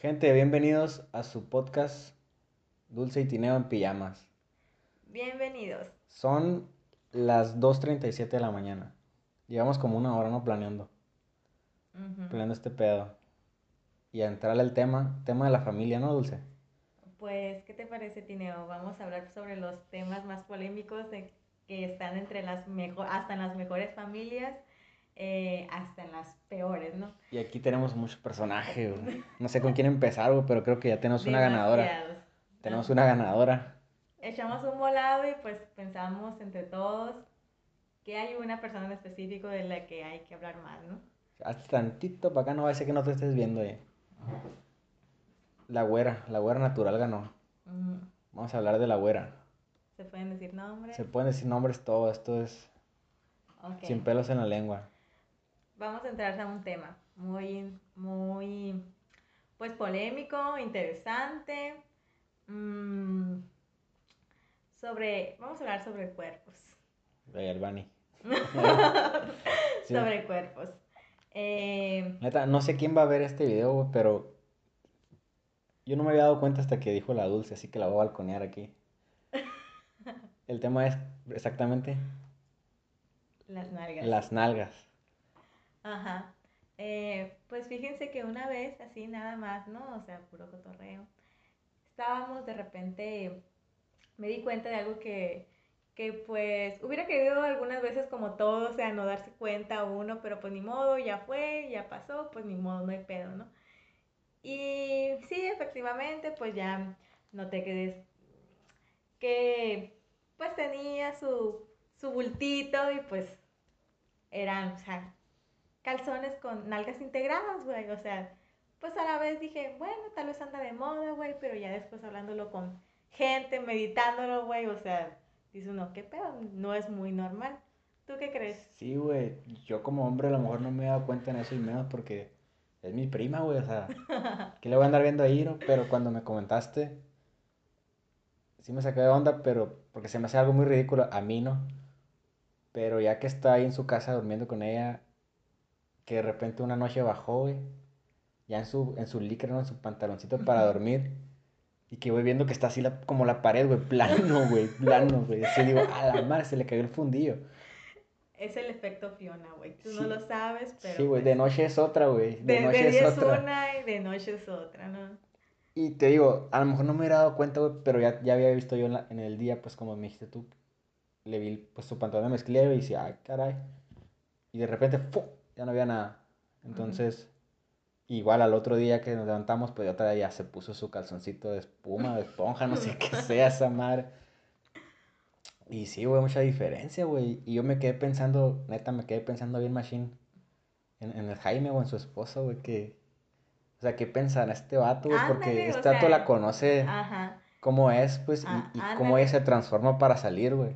Gente, bienvenidos a su podcast Dulce y Tineo en Pijamas. Bienvenidos. Son las 2:37 de la mañana. Llevamos como una hora no Ujú. planeando este pedo. Y a entrarle al tema de la familia, ¿no, Dulce? Pues, ¿qué te parece, Tineo? Vamos a hablar sobre los temas más polémicos que están hasta en las mejores familias, hasta en las peores, ¿no? Y aquí tenemos muchos personajes, güey. No sé con quién empezar, güey, pero creo que ya tenemos una ganadora. Demasiados. Tenemos Ajá. una ganadora. Echamos un volado y pues pensamos entre todos que hay una persona en específico de la que hay que hablar más, ¿no? Hazte tantito para acá, no va a ser que no te estés viendo, eh. La güera natural ganó. Ujú. Vamos a hablar de la güera. ¿Se pueden decir nombres? Se pueden decir nombres todo, esto es Ok. sin pelos en la lengua. Vamos a entrar a un tema muy, pues polémico, interesante. Mm, vamos a hablar sobre cuerpos. Ay, Albani. Sí, Sobre cuerpos. neta, no sé quién va a ver este video, güey, pero yo no me había dado cuenta hasta que dijo la Dulce, así que la voy a balconear aquí. El tema es exactamente Las nalgas. las nalgas. Ajá. Pues fíjense que una vez, así nada más, ¿no? O sea, puro cotorreo. Estábamos de repente, me di cuenta de algo que pues hubiera querido algunas veces como todo, o sea, no darse cuenta uno, pero pues ni modo, ya fue, ya pasó, pues ni modo, no hay pedo, ¿no? Y sí, efectivamente, pues ya noté que pues tenía su bultito y pues eran, o sea, calzones con nalgas integradas, güey, o sea, pues a la vez dije, bueno, tal vez anda de moda, güey, pero ya después hablándolo con gente, meditándolo, güey, o sea, dice uno, qué pedo, no es muy normal. ¿Tú qué crees? Sí, güey, yo como hombre a lo mejor no me he dado cuenta en eso y menos porque es mi prima, güey, o sea, ¿qué le voy a andar viendo ahí, no? Pero cuando me comentaste, sí me saqué de onda, pero porque se me hace algo muy ridículo, a mí no. Pero ya que está ahí en su casa durmiendo con ella, que de repente una noche bajó, güey, ya en su licra, ¿no? En su pantaloncito para dormir. Y que voy viendo que está así como la pared, güey, plano, güey, plano, güey. Así digo, a la madre, se le cayó el fundillo. Es el efecto Fiona, güey. Tú no lo Sí, sabes, sí, pero güey, pues de noche es otra, güey, de de noche es día es otra. una y de noche es otra, ¿no? Y te digo, a lo mejor no me hubiera dado cuenta, güey, pero ya había visto yo en el día, pues como me dijiste tú, le vi pues su pantalón de mezclilla y decía, ay, caray. Y de repente, ¡fu! Ya no había nada. Ujú. Entonces, igual al otro día que nos levantamos, pues otra vez ya se puso su calzoncito de espuma, de esponja, no sé qué sea esa madre. Y sí, güey, mucha diferencia, güey. Y yo me quedé pensando, neta, me quedé pensando bien machine en el Jaime o en su esposa, güey, que... O sea, ¿qué pensará este vato, güey? Porque Ándale, o este vato la sea, conoce ajá, cómo es, pues, y cómo ella se ándale. transforma para salir, güey.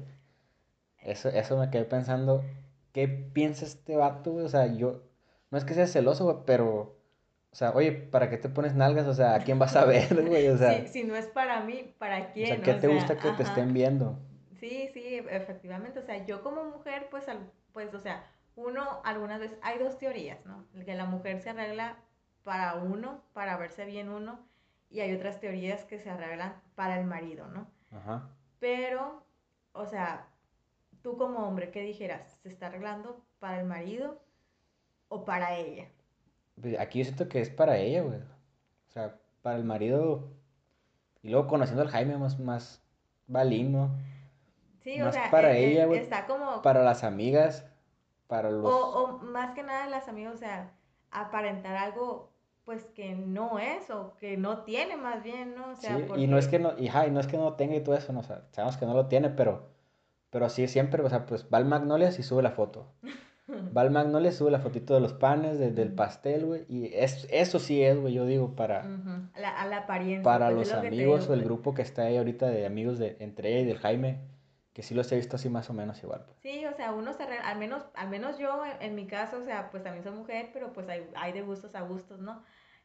Eso me quedé pensando, ¿qué piensa este vato, güey? O sea, yo... No es que sea celoso, güey, pero... O sea, oye, ¿para qué te pones nalgas? O sea, ¿a quién vas a ver, güey? Si no es para mí, ¿para O sea, quién? ¿qué O te sea, gusta que te ajá. estén viendo? Sí, sí, efectivamente. O sea, yo como mujer, pues, pues, o sea, uno, algunas veces, hay dos teorías, ¿no? Que la mujer se arregla para uno, para verse bien uno, y hay otras teorías que se arreglan para el marido, ¿no? Ajá. Pero, o sea, tú como hombre, ¿qué dijeras? ¿Se está arreglando para el marido o para ella? Pues, aquí yo siento que es para ella, güey. O sea, para el marido. Y luego conociendo al Jaime más balín, ¿no? Sí, o Más sea, para ella, güey. está como, Para las amigas. Para los. o más que nada las amigas, o sea, aparentar algo pues que no es o que no tiene más bien, ¿no? O sea, Sí, y no es que porque no. Y no es que no tenga y todo eso, no. O sea, sabemos que no lo tiene, pero. Pero sí, siempre, o sea, pues va al Magnolias y sube la foto. Va al Magnolias, sube la fotito de los panes, del ujú, pastel, güey. Y eso sí es, güey, yo digo, ujú, a la apariencia, para pues es los lo que te amigos digo, o el pues. grupo que está ahí ahorita de amigos entre ella y del Jaime. Que sí los he visto así más o menos igual, pues. Sí, o sea, uno se arregla, al menos yo en mi caso, o sea, pues también soy mujer, pero pues hay de gustos a gustos, ¿no?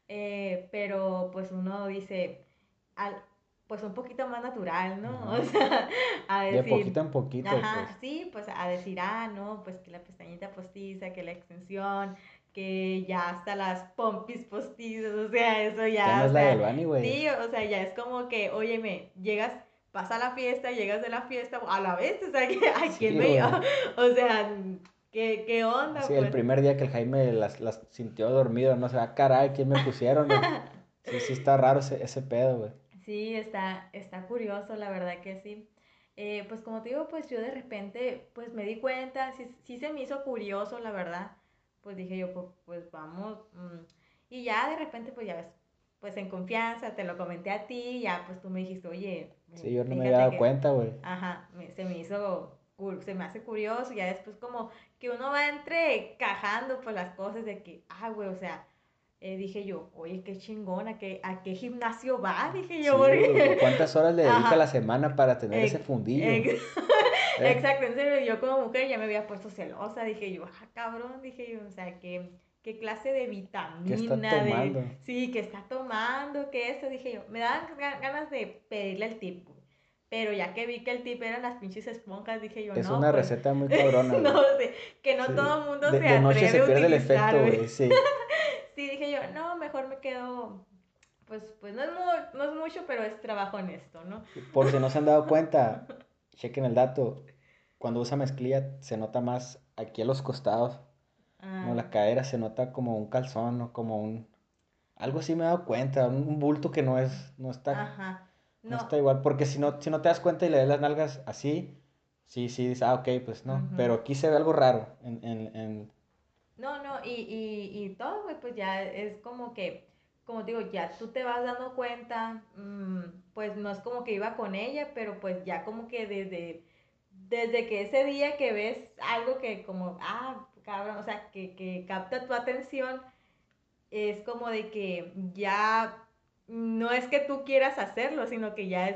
Pero pues uno dice, al, pues un poquito más natural, ¿no? O Ajá. sea, a De poquito decir, en poquito, pues. ajá, sí, pues a decir, no, pues que la pestañita postiza, que la extensión, que ya hasta las pompis postizas, o sea, eso ¿Quién no ya, es o la sea, del Bani, güey? sí, o sea, ya es como que, óyeme, llegas, vas a la fiesta, llegas de la fiesta a la vez, o sea, que, ¿a quién Sí, me güey. o sea, ¿qué onda, Sí, el pues? primer día que el Jaime las sintió dormido, no sé, ah, caray, ¿quién me pusieron, güey? Sí, sí está raro ese pedo, güey. Sí, está curioso, la verdad que sí. Pues como te digo, pues yo de repente, pues me di cuenta, sí, sí se me hizo curioso, la verdad. Pues dije yo, pues vamos. Y ya de repente, pues ya ves, pues en confianza, te lo comenté a ti, ya pues tú me dijiste, oye, Sí, yo no me había fíjate dado que, cuenta, güey. ajá, se me hizo, se me hace curioso, ya después como que uno va entre cajando pues las cosas de que, güey, o sea, dije yo, oye, qué chingona, ¿a qué gimnasio va? Dije yo, Sí, güey. porque, ¿Cuántas horas le dedica a la ajá, semana para tener ese ex- fundillo? ex- ¿Eh? exacto, en serio, yo como mujer ya me había puesto celosa, dije yo, cabrón, dije yo, o sea, qué clase de ¿Qué está vitamina, tomando? sí, que está tomando, que esto, dije yo, me daban ganas de pedirle el tip, pero ya que vi que el tip eran las pinches esponjas, dije yo, Es no, una pues, receta muy cabrona, güey. no sé, que no Sí. todo el mundo se De noche atreve se a pierde el utilizar, efecto, güey. güey, sí. Sí, dije yo, no, mejor me quedo, pues no es mucho, pero es trabajo honesto, ¿no? Por si no se han dado cuenta, chequen el dato. Cuando usa mezclilla se nota más aquí a los costados, como Ah, la cadera, se nota como un calzón o como un... Algo así me he dado cuenta, un bulto que ajá. no No, está igual. Porque si no te das cuenta y le ves las nalgas así, sí, sí, dices, ah, ok, pues no. ujú. Pero aquí se ve algo raro No, no, y todo, güey, pues ya es como que, como te digo, ya tú te vas dando cuenta, pues no es como que iba con ella, pero pues ya como que desde que ese día que ves algo que como, cabrón, o sea, que capta tu atención, es como de que ya no es que tú quieras hacerlo, sino que ya es,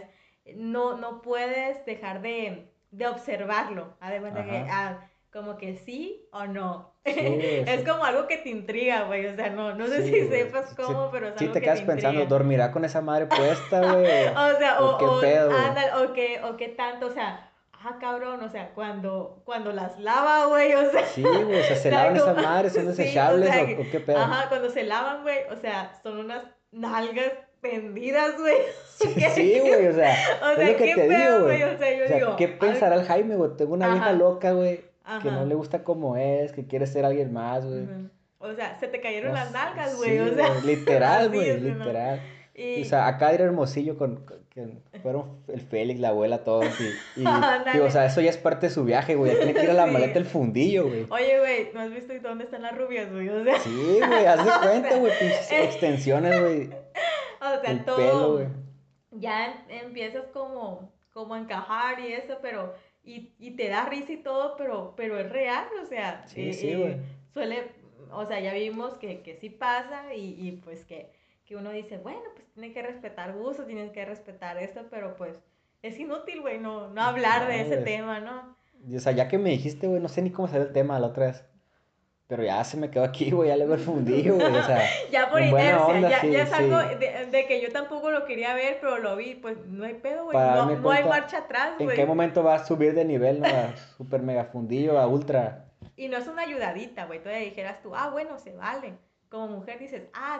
no puedes dejar de observarlo. Haz de cuenta que, ajá. como que sí o no. Sí, güey, Es como algo que te intriga, güey. O sea, no sé sí, si güey. sepas Si, cómo, pero es si algo te que te quedas pensando, intriga. ¿dormirá con esa madre puesta, güey? O sea, O qué pedo, güey? ándale, o qué tanto, o sea, cabrón, o sea, cuando las lava, güey, o sea, Sí, güey, o sea, ¿se lavan como, esas madres? ¿Son sí, o desechables sea, o qué pedo? cuando se lavan, güey, o sea, son unas nalgas tendidas, güey, Sí, sí, güey, o o es lo sea, que qué te digo, pedo, güey, güey. o sea, O yo sea, ¿qué digo, pensará el Jaime, güey? Tengo una vieja ajá, loca, güey, que no le ajá, gusta como es, que quiere ser alguien más, güey. ujú. O sea, se te cayeron No las sé, nalgas, güey, sí, o sea, güey, literal, así güey, es, ¿no? literal. Sí, o Y, sea, acá era Hermosillo que fueron el Félix, la abuela, todos, digo, o ándale, sea, eso ya es parte de su viaje, güey, ya tiene que ir a la sí. maleta el fundillo, güey. Oye, güey, ¿no has visto dónde están las rubias, güey? O sea, Sí, güey, haz de o cuenta, sea, güey, pinches extensiones, güey, o el sea, pelo, todo güey. ya empiezas como a encajar y eso, pero, y te da risa y todo, pero es real, o sea, Sí, sí, güey. suele, o sea, ya vimos que sí pasa y pues que uno dice, bueno, pues tiene que respetar gustos, tienes que respetar esto, pero pues es inútil, güey, no hablar de No, ese güey, tema, ¿no? o sea, ya que me dijiste, güey, no sé ni cómo salió el tema la otra vez. Pero ya se me quedó aquí, güey, ya le veo el fundillo, güey. O sea, Ya por en buena inercia, onda, ya sí, es algo sí. de que yo tampoco lo quería ver, pero lo vi, pues no hay pedo, güey, Para darme no hay cuenta marcha atrás, en qué güey. momento va a subir de nivel, ¿no? A super mega fundillo, a ultra. Y no es una ayudadita, güey, todavía dijeras tú, bueno, se vale. Como mujer dices,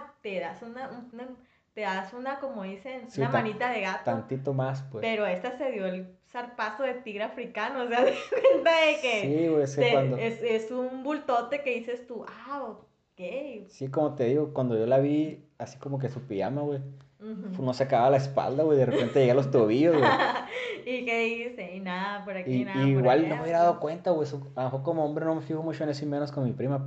te das una, como dicen, Sí, una manita de gato, tantito más, pues. pero esta se dio el zarpazo de tigre africano, o sea, de cuenta de que Sí, güey, es que cuando. es un bultote que dices tú, ok. Sí, como te digo, cuando yo la vi, así como que su pijama, güey. Ujú. No se acababa la espalda, güey. De repente llegué a los tobillos, güey. ¿Y qué dice? Y nada por aquí, Y nada por igual no allá, me hubiera ¿verdad? dado cuenta, güey. A lo mejor como hombre no me fijo mucho en eso y menos con mi prima,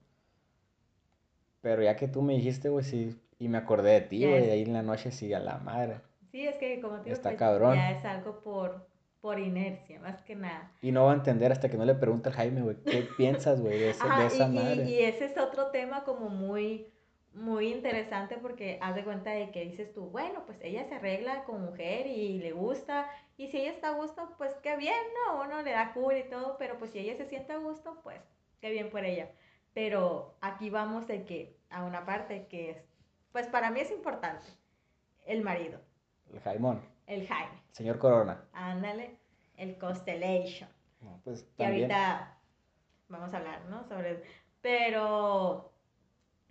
pero ya que tú me dijiste, güey, sí. Y me acordé de ti, Ya güey. es, Ahí en la noche, sí, a la madre. sí, es que como te digo, Está pues cabrón. ya es algo por inercia, más que nada. Y no va a entender hasta que no le pregunte al Jaime, güey, ¿qué piensas, güey, de Ajá, esa madre? y ese es otro tema como muy interesante porque haz de cuenta de que dices tú, bueno, pues ella se arregla como mujer y le gusta, y si ella está a gusto, pues qué bien, ¿no? Uno le da cool y todo, pero pues si ella se siente a gusto, pues qué bien por ella. Pero aquí vamos de que a una parte que es, pues para mí es importante, el marido, El Jaimón, el Jaime, el señor Corona. ándale, el Constellation, No, pues que también, ahorita vamos a hablar, ¿no? Sobre, pero,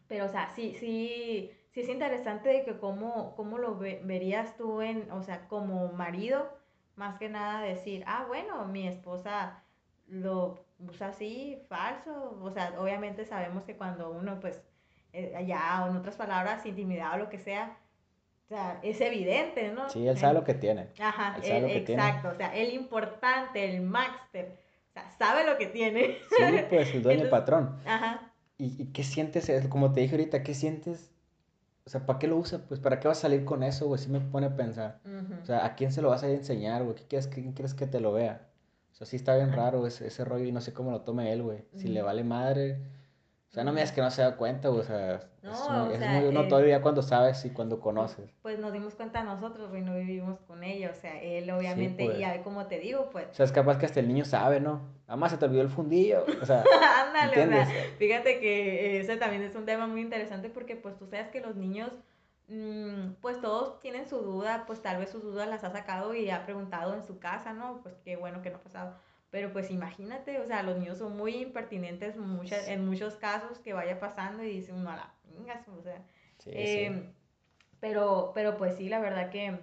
Pero, o sea, sí es interesante de que cómo lo verías tú o sea, como marido, más que nada decir, ah, bueno, mi esposa lo usa así, falso. O sea, obviamente sabemos que cuando uno, pues, ya, o en otras palabras, intimidado o lo que sea, o sea, es evidente, ¿no? Sí, él sabe lo que tiene. Ajá, Él sabe lo que tiene. exacto, o sea, el importante, el máster, o sea, sabe lo que tiene. Sí, pues el dueño, el Entonces, patrón. ajá. ¿Y qué sientes? Como te dije ahorita, ¿qué sientes? O sea, ¿para qué lo usa? Pues, ¿para qué vas a salir con eso, güey? Sí me pone a pensar. Ujú. O sea, ¿a quién se lo vas a ir a enseñar, güey? ¿Quién crees que te lo vea? O sea, sí está bien Ah, raro ese rollo y no sé cómo lo tome él, güey. Si le mm, vale madre. O sea, no me mm. digas que no se da cuenta, güey. O sea, No, o es sea, muy notorio ya cuando sabes y cuando conoces. pues nos dimos cuenta nosotros, güey, no vivimos con ella, o sea, él Sí, obviamente, y pues. ya como te digo, pues, O sea, es capaz que hasta el niño sabe, ¿no? Además se te olvidó el fundillo. O sea, ándale, o sea, ¿entiendes? fíjate que ese también es un tema muy interesante porque pues tú sabes que los niños, pues todos tienen su duda, pues tal vez sus dudas las ha sacado y ha preguntado en su casa, ¿no? Pues qué bueno que no ha pasado. Pero pues imagínate, o sea, los niños son muy impertinentes en muchos casos que vaya pasando y dicen, no, a la pingas, o sea, Sí, sí. eh, pero pues sí, la verdad que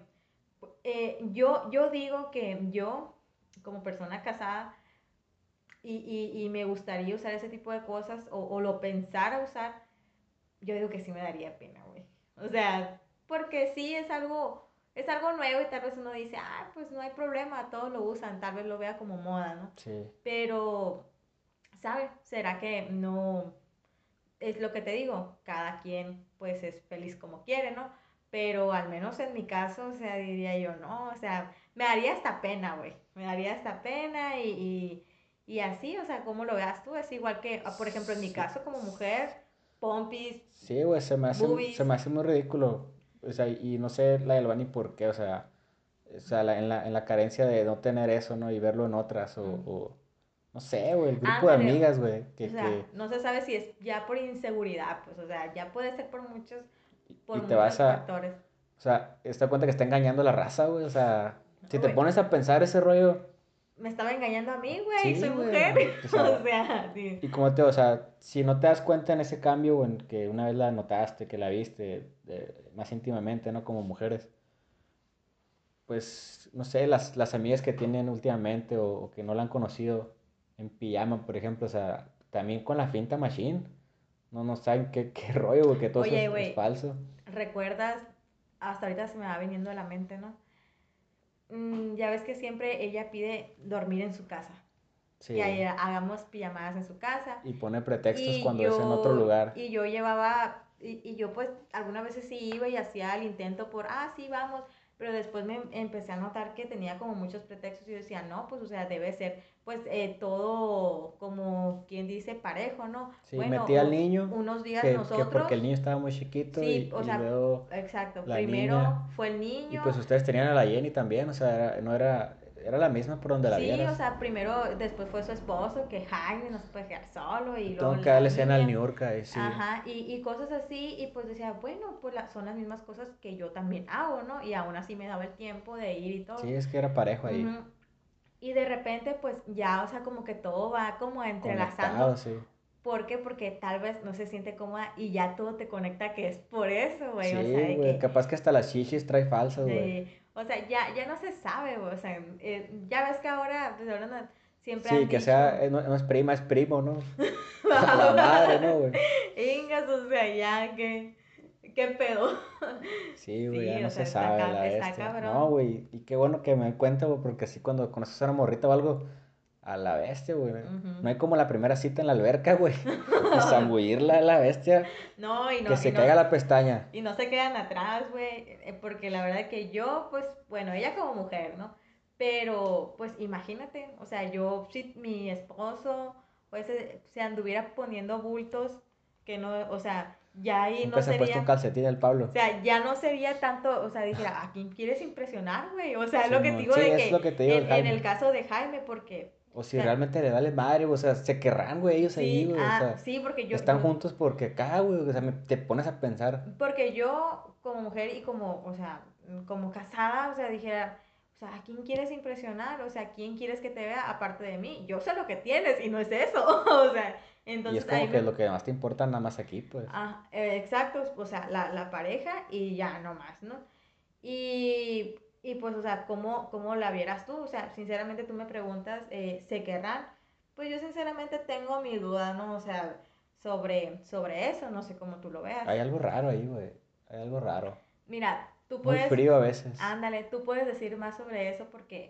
yo digo que yo, como persona casada, y me gustaría usar ese tipo de cosas, o lo pensara usar, yo digo que sí me daría pena, güey. O sea, porque sí es algo nuevo y tal vez uno dice, ah, pues no hay problema, todos lo usan, tal vez lo vea como moda, ¿no? Sí. Pero, ¿sabes? ¿Será que no? Es lo que te digo, cada quien pues es feliz como quiere, ¿no? Pero al menos en mi caso, o sea, diría yo, no, o sea, me daría hasta pena, güey, me daría hasta pena y así, o sea, ¿cómo lo veas tú? Es igual que, por ejemplo, en mi Sí, caso como mujer, pompis, sí, güey, se boobies, me hace muy ridículo. O sea, y no sé la del Bani por qué, o sea en la carencia de no tener eso, ¿no? Y verlo en otras, no sé, güey, el grupo de ándale, amigas, güey, o sea, no se sabe si es ya por inseguridad, pues, o sea, ya puede ser y por te vas muchos a, factores. o sea, esta cuenta que está engañando a la raza, güey, o sea, si te Güey, pones a pensar ese rollo, me estaba engañando a mí, güey, sí, soy güey, mujer, o o sea, sea, sí. y como o sea, si no te das cuenta en ese cambio, o en que una vez la notaste, que la viste más íntimamente, ¿no? Como mujeres, pues, no sé, las amigas que tienen últimamente o que no la han conocido en pijama, por ejemplo, o sea, también con la finta machine, no saben qué rollo, güey, que todo eso Oye, es güey, falso. ¿recuerdas? Hasta ahorita se me va viniendo a la mente, ¿no? Ya ves que siempre ella pide dormir en su casa, que Sí, hagamos pijamadas en su casa. y pone pretextos cuando es en otro lugar. Y yo llevaba, y yo pues algunas veces sí iba y hacía el intento por, ah, sí, vamos, pero después me empecé a notar que tenía como muchos pretextos y yo decía, no, pues o sea, debe ser pues todo como quien dice parejo, ¿no? Sí, Bueno, metí al niño, unos días que porque nosotros, el niño estaba muy chiquito sí, o y sea, luego exacto, la niña. primero fue el Y niño. pues ustedes tenían a la Jenny también, o sea, no era, era la misma por donde la Sí, o vieras. sea, primero, después fue su esposo, que Jaime no se puede quedar solo, y luego Tengo que la darle escena al niña, Niurka, y sí. ajá, y cosas así, y pues decía, bueno, pues son las mismas cosas que yo también hago, ¿no? Y aún así me daba el tiempo de ir y todo. Sí, es que era parejo ahí. Ujú. Y de repente, pues ya, o sea, como que todo va como entrelazando. Conectado, sí. ¿Por qué? Porque tal vez no se siente cómoda y ya todo te conecta que es por eso, güey. O sea, Sí, de güey. que Capaz que hasta las chichis trae falsas, güey. o sea, ya no se sabe, güey. O sea, ya ves que ahora, pues ahora siempre Sí, han que sea, dicho, no es prima, es primo, ¿no? A la madre, ¿no, güey? Ingas, o sea, ya, ¿qué pedo? Sí, güey, ya Sí, no o se sea, sabe la está bestia. No, cabrón. güey, y qué bueno que me den cuenta, güey, porque así cuando conoces a una morrita o algo, a la bestia, güey. Ujú. No hay como la primera cita en la alberca, güey. Y zambullirla a la bestia, No, que se caiga la pestaña. y no se quedan atrás, güey, porque la verdad que yo, pues, bueno, ella como mujer, ¿no? Pero, pues, imagínate, o sea, yo, si mi esposo, pues, se anduviera poniendo bultos, que no, o sea, ya ahí no Nunca se ha puesto un sería, calcetín el o Pablo. sea, ya no sería tanto, o sea, dijera, ¿a quién quieres impresionar, güey? O sea, lo que te Simón, digo sí, de es lo que que te digo el en el Jaime. caso de Jaime, porque, O o si sea, realmente le vale madre, o sea, se querrán, güey, ellos ahí, sí, güey. O sea, sí, porque están juntos porque acá, güey. O sea, te pones a pensar. porque yo como mujer y como, o sea, como casada, o sea, dijera, o sea, ¿a quién quieres impresionar? O sea, ¿a quién quieres que te vea aparte de mí? Yo sé lo que tienes y no es eso, o sea, Y es Entonces ahí como que me... lo que más te importa nada más aquí, pues. exacto, o sea, la pareja y ya no más, ¿no? Y pues, o sea, ¿cómo la vieras tú? O sea, sinceramente tú me preguntas, ¿se querrán? Pues yo sinceramente tengo mi duda, ¿no? O sea, sobre eso, no sé cómo tú lo veas. Hay algo raro ahí, güey. Hay algo raro. Mira, tú Muy puedes, frío a veces. ándale, tú puedes decir más sobre eso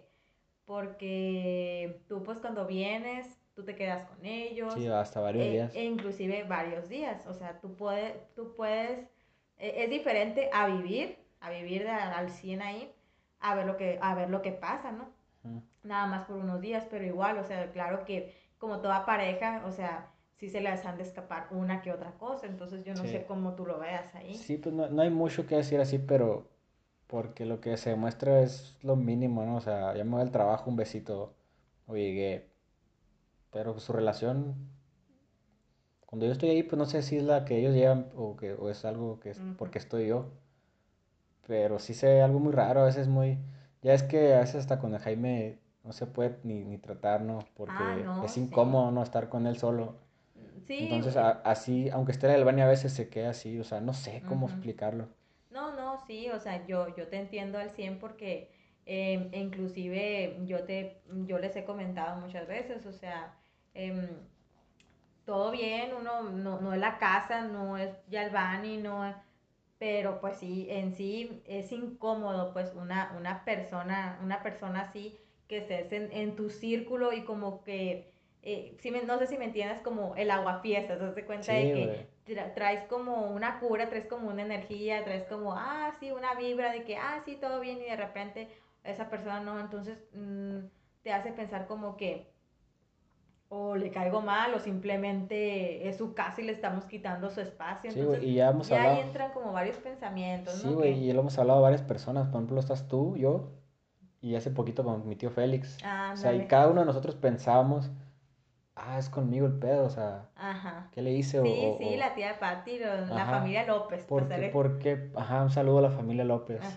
porque tú pues cuando vienes, tú te quedas con ellos, Sí, hasta varios días. e inclusive varios días, o sea, tú puedes, es diferente a vivir al 100 ahí, a ver lo que pasa, ¿no? Ujú. Nada más por unos días, pero igual, o sea, claro que como toda pareja, o sea, sí se les han de escapar una que otra cosa, entonces yo no Sí. sé cómo tú lo veas ahí. Sí, pues no hay mucho que decir así, pero porque lo que se muestra es lo mínimo, ¿no? O sea, ya me voy al trabajo, un besito, o llegué. Pero pues, su relación, cuando yo estoy ahí, pues no sé si es la que ellos llevan o es algo que es Ujú. porque estoy yo. Pero sí sé algo muy raro, a veces muy... Ya es que a veces hasta con el Jaime no se puede ni tratar, ¿no? Ah, Porque no, es sí. incómodo, ¿no? Estar con él solo. Sí, Entonces, así, aunque esté en el baño, a veces se queda así, o sea, no sé cómo ujú. explicarlo. No, no, sí, o sea, yo te entiendo al 100 porque inclusive yo les he comentado muchas veces, o sea, em, todo bien, uno no es la casa, no es ya el baño, no, pero pues sí, en sí es incómodo pues una persona así que estés en tu círculo y como que, no sé si me entiendes, como el aguafiestas, te das cuenta de Sí, que güey. traes como una cura, traes como una energía, traes como, sí, una vibra de que, sí, todo bien y de repente esa persona no, entonces te hace pensar como que o le caigo mal o simplemente es su casa y le estamos quitando su espacio. Sí, Entonces güey, y ya hemos ya ahí hablado. entran como varios pensamientos, Sí, ¿no? güey, Que, y lo hemos hablado a varias personas. Por ejemplo, estás tú, yo, y hace poquito con mi tío Félix. O sea, y ándale, cada uno de nosotros pensábamos, es conmigo el pedo, o sea, ajá. ¿qué le hice? Sí, sí, la tía Patti, la Ajá, familia López, pues porque, sale. porque, un saludo a la familia ah, López.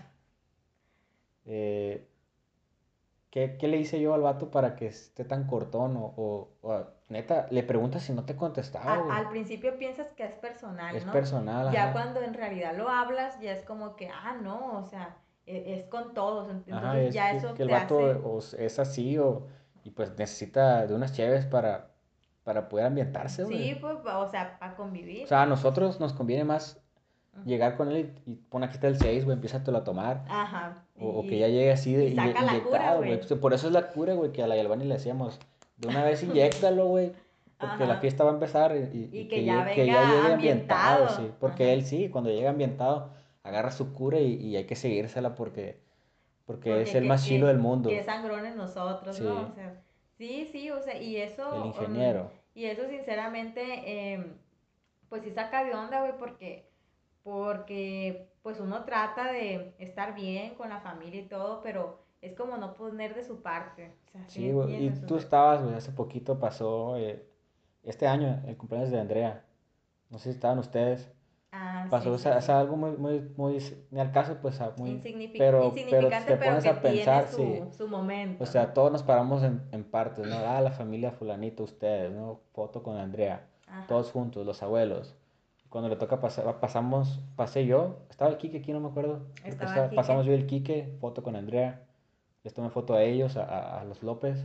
Eh, ¿qué le hice yo al vato para que esté tan cortón? Neta, le preguntas si no te contestaba, güey. al principio piensas que es personal, Es ¿no? personal, Ya ajá. cuando en realidad lo hablas, ya es como que, no, o sea, es con todos. Ajá, Entonces es ya que eso el te vato hace, es así y pues necesita de unas cheves para poder ambientarse, güey. sí, pues, o sea, para O convivir. sea, a nosotros nos conviene más Ujú. llegar con él y pon aquí está el 6 güey, empiézatelo a tomar. Ajá, O que ya llegue así y saca la cura, inyectado, güey. güey. Pues, por eso es la cura, güey, que a la Yalvani le decíamos, de una vez inyéctalo, güey, porque la Ajá. fiesta va a empezar y Y que ya que ya venga llegue ambientado, ambientado. sí. Porque Ajá. él sí, cuando llega ambientado, agarra su cura y hay que seguírsela porque es Porque el más chilo del que mundo. sangrón en nosotros, ¿no? O Sí, sea, sí, sí, o sea, el ingeniero. y eso sinceramente, pues sí saca de onda, güey, porque pues uno trata de estar bien con la familia y todo, pero es como no poner de su parte, o sea, ¿sí me Sí, güey. Y entiendes? O tú sea, estabas, güey, hace poquito pasó, este año, el cumpleaños de Andrea. No sé si estaban ustedes. sí, Pasó, sí, sí. algo muy, ni al caso, pues, pero Insignificante, te pero pones que a tiene pensar, sí, su o momento, ¿no? sea, todos nos paramos en partes, ¿no? La familia fulanito, ustedes, ¿no? Foto con Andrea, Ajá. todos juntos, los abuelos. Cuando le toca pasar, pasé yo, estaba el Quique aquí, no me acuerdo, creo que Estaba el pasamos Quique. yo y el Quique, foto con Andrea, les tomé foto a ellos, a los López,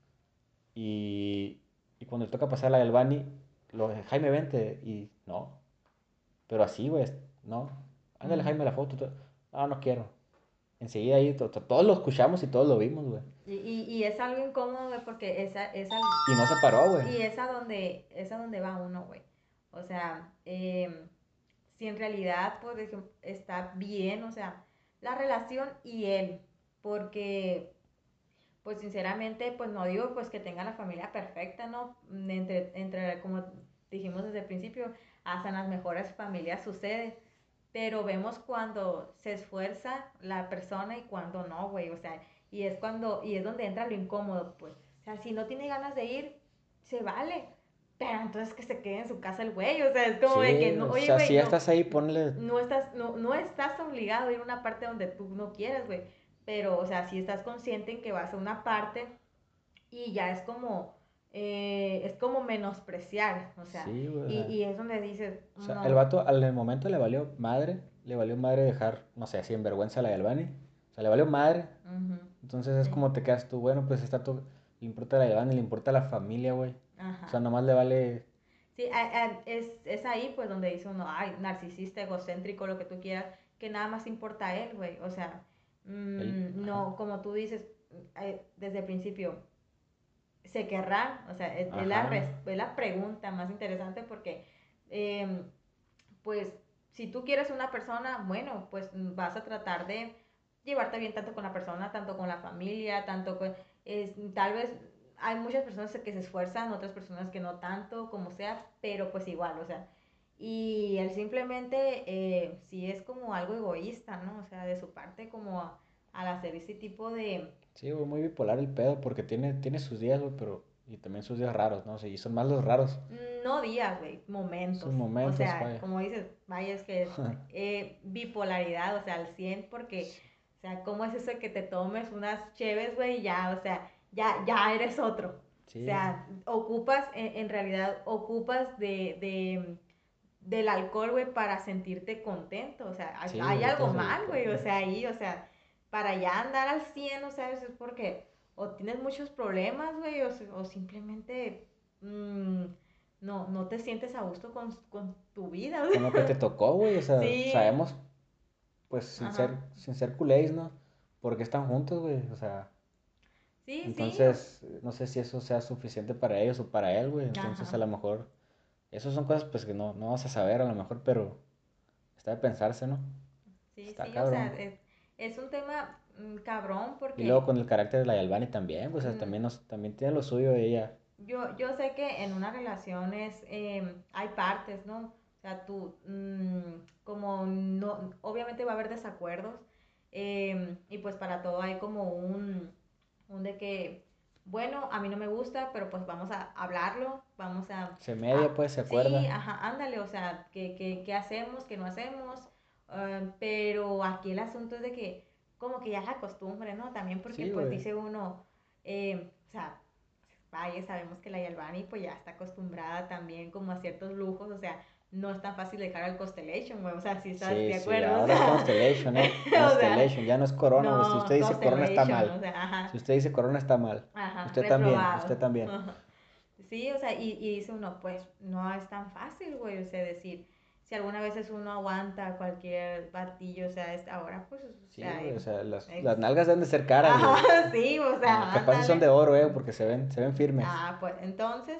y, y cuando le toca pasar la del Bani, Jaime, vente, y no, pero así, güey, no. Ándale, Ujú. Jaime, la foto. No quiero. Enseguida ahí, todos lo escuchamos y todos lo vimos, güey. Y es algo incómodo, güey, porque Y no se paró, güey. y es a donde va uno, güey. O sea, si en realidad, pues, está bien, o sea, la relación y él, porque, pues, sinceramente, pues, no digo, pues, que tenga la familia perfecta, ¿no? Como dijimos desde el principio, hasta en las mejores familias sucede, pero vemos cuando se esfuerza la persona y cuando no, güey, o sea, y es donde entra lo incómodo, pues, o sea, si no tiene ganas de ir, se vale, pero entonces que se quede en su casa el güey, o sea, es como de que, Sí, no, o oye, sea, si güey, ya no, estás ahí, ponle. no estás obligado a ir a una parte donde tú no quieras, güey, pero, o sea, si estás consciente en que vas a una parte y ya es como, es como menospreciar, o sea, Sí, güey. y es donde dices, O sea, el no, vato al el momento le valió madre dejar, no sé, sin vergüenza a la Galvani. O sea, le valió madre. ujú, Entonces es sí, como te quedas tú, bueno, pues está tú, le importa la Galvani, le importa la familia, güey. O sea, ajá. nomás le vale. Sí, es ahí pues donde dice uno, ay, narcisista, egocéntrico, lo que tú quieras, que nada más importa a él, güey. O sea, Ajá, no, como tú dices desde el principio, se querrán, o sea, ajá. es la pregunta más interesante porque, eh, pues, si tú quieres una persona, bueno, pues vas a tratar de llevarte bien tanto con la persona, tanto con la familia, tanto con, tal vez hay muchas personas que se esfuerzan, otras personas que no tanto, como sea, pero pues igual, o sea, y él simplemente sí es como algo egoísta, ¿no? O sea, de su parte como al hacer ese tipo de, Sí, güey, muy bipolar el pedo porque tiene sus días, güey, pero. Y también sus días raros, ¿no? Sí, y son más los raros. no días, güey, Sus momentos. O momentos, sea, vaya. como dices, vaya, es que es bipolaridad, o sea, al 100 porque, o sea, ¿cómo es eso de que te tomes unas cheves, güey, y ya, o sea, ya eres otro? O Sí, sea, ocupas, en realidad, ocupas del alcohol, güey, para sentirte contento. O sea, sí, hay algo necesitas mal, güey, o alcohol. sea, ahí, o sea, para ya andar al 100, o sea, eso es porque o tienes muchos problemas, güey, o simplemente mm, no te sientes a gusto con tu vida. Con lo que te tocó, güey, o sea, Sí, sabemos, pues, ajá. sin ser culés, ¿no? Porque están juntos, güey, o sea. Sí, sí, Entonces, no sé si eso sea suficiente para ellos o para él, güey. Entonces, a ajá. lo mejor, esas son cosas, pues, que no vas a saber, a lo mejor, pero está de pensarse, ¿no? Sí, Está sí, o sea, cabrón. es un tema cabrón Y luego porque con el carácter de la Yalvani también, pues, o sea, mm, también tiene lo suyo de ella. yo sé que en una relación hay partes, ¿no? O sea, tú, como no, obviamente va a haber desacuerdos, y pues para todo hay como un de que, bueno, a mí no me gusta, pero pues vamos a hablarlo, vamos Se media, pues, se sí, acuerda. ajá, ándale, o sea, ¿qué hacemos, qué no hacemos? Pero aquí el asunto es de que como que ya la costumbre, ¿no? También porque Sí, pues güey. dice uno, o sea, vaya, sabemos que la Yalvani pues ya está acostumbrada también como a ciertos lujos, o sea, no es tan fácil dejar al Constellation, güey, o sea, si estás Sí, de sí, acuerdo, o ahora es sea, Constellation, ¿eh? o sea, Constellation, ya no es Corona, güey. Si usted no, dice Corona está Constellation, mal. o sea, Si ajá, usted dice Corona está mal. ajá, Usted también, usted reprobado. también. Sí, o sea, y dice uno, pues no es tan fácil, güey, o sea, decir, si alguna vez uno aguanta cualquier batillo, o sea, ahora, pues, o Sí, sea, güey, o sea, es, las nalgas deben de ser caras, güey. ajá, sí, o sea, Capaz si son de ándale. oro, porque se ven firmes. Ah, pues entonces,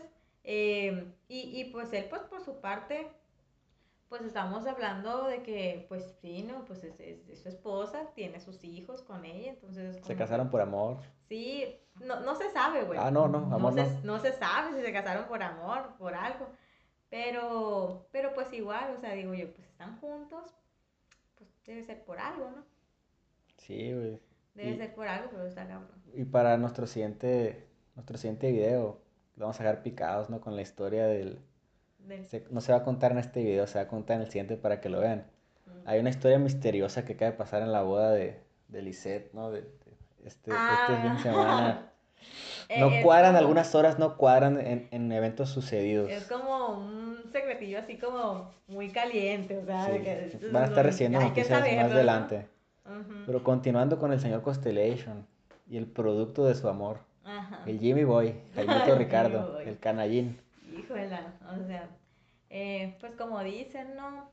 y pues él, pues por su parte, pues estamos hablando de que, pues sí, ¿no? Pues es su esposa, tiene sus hijos con ella, entonces Se como que, casaron por amor. sí, no se sabe, güey, Ah, no, no, amor no. no se sabe si se casaron por amor, por algo, pero pues igual, o sea, digo yo, pues están juntos, pues debe ser por algo, ¿no? Sí, güey. Debe Y, ser por algo, pero está cabrón. y para nuestro siguiente video, lo vamos a dejar picados, ¿no? Con la historia del. Del- No se va a contar en este video, se va a contar en el siguiente para que lo vean. mm. Hay una historia misteriosa que acaba de pasar en la boda de Lisette, ¿no? Este fin de semana. Ah, No es cuadran, como, algunas horas no cuadran en eventos es sucedidos. como un secretillo así como muy caliente, o sea, de Sí, que van a estar recibiendo hay que noticias más saberlo, ¿no? adelante. Ujú. Pero continuando con el señor Constellation y el producto de su amor, Ajá. el Jimmy Boy, Jaimito Jimmy Ricardo, Boy. el canallín. Híjole, o sea, pues como dicen, ¿no?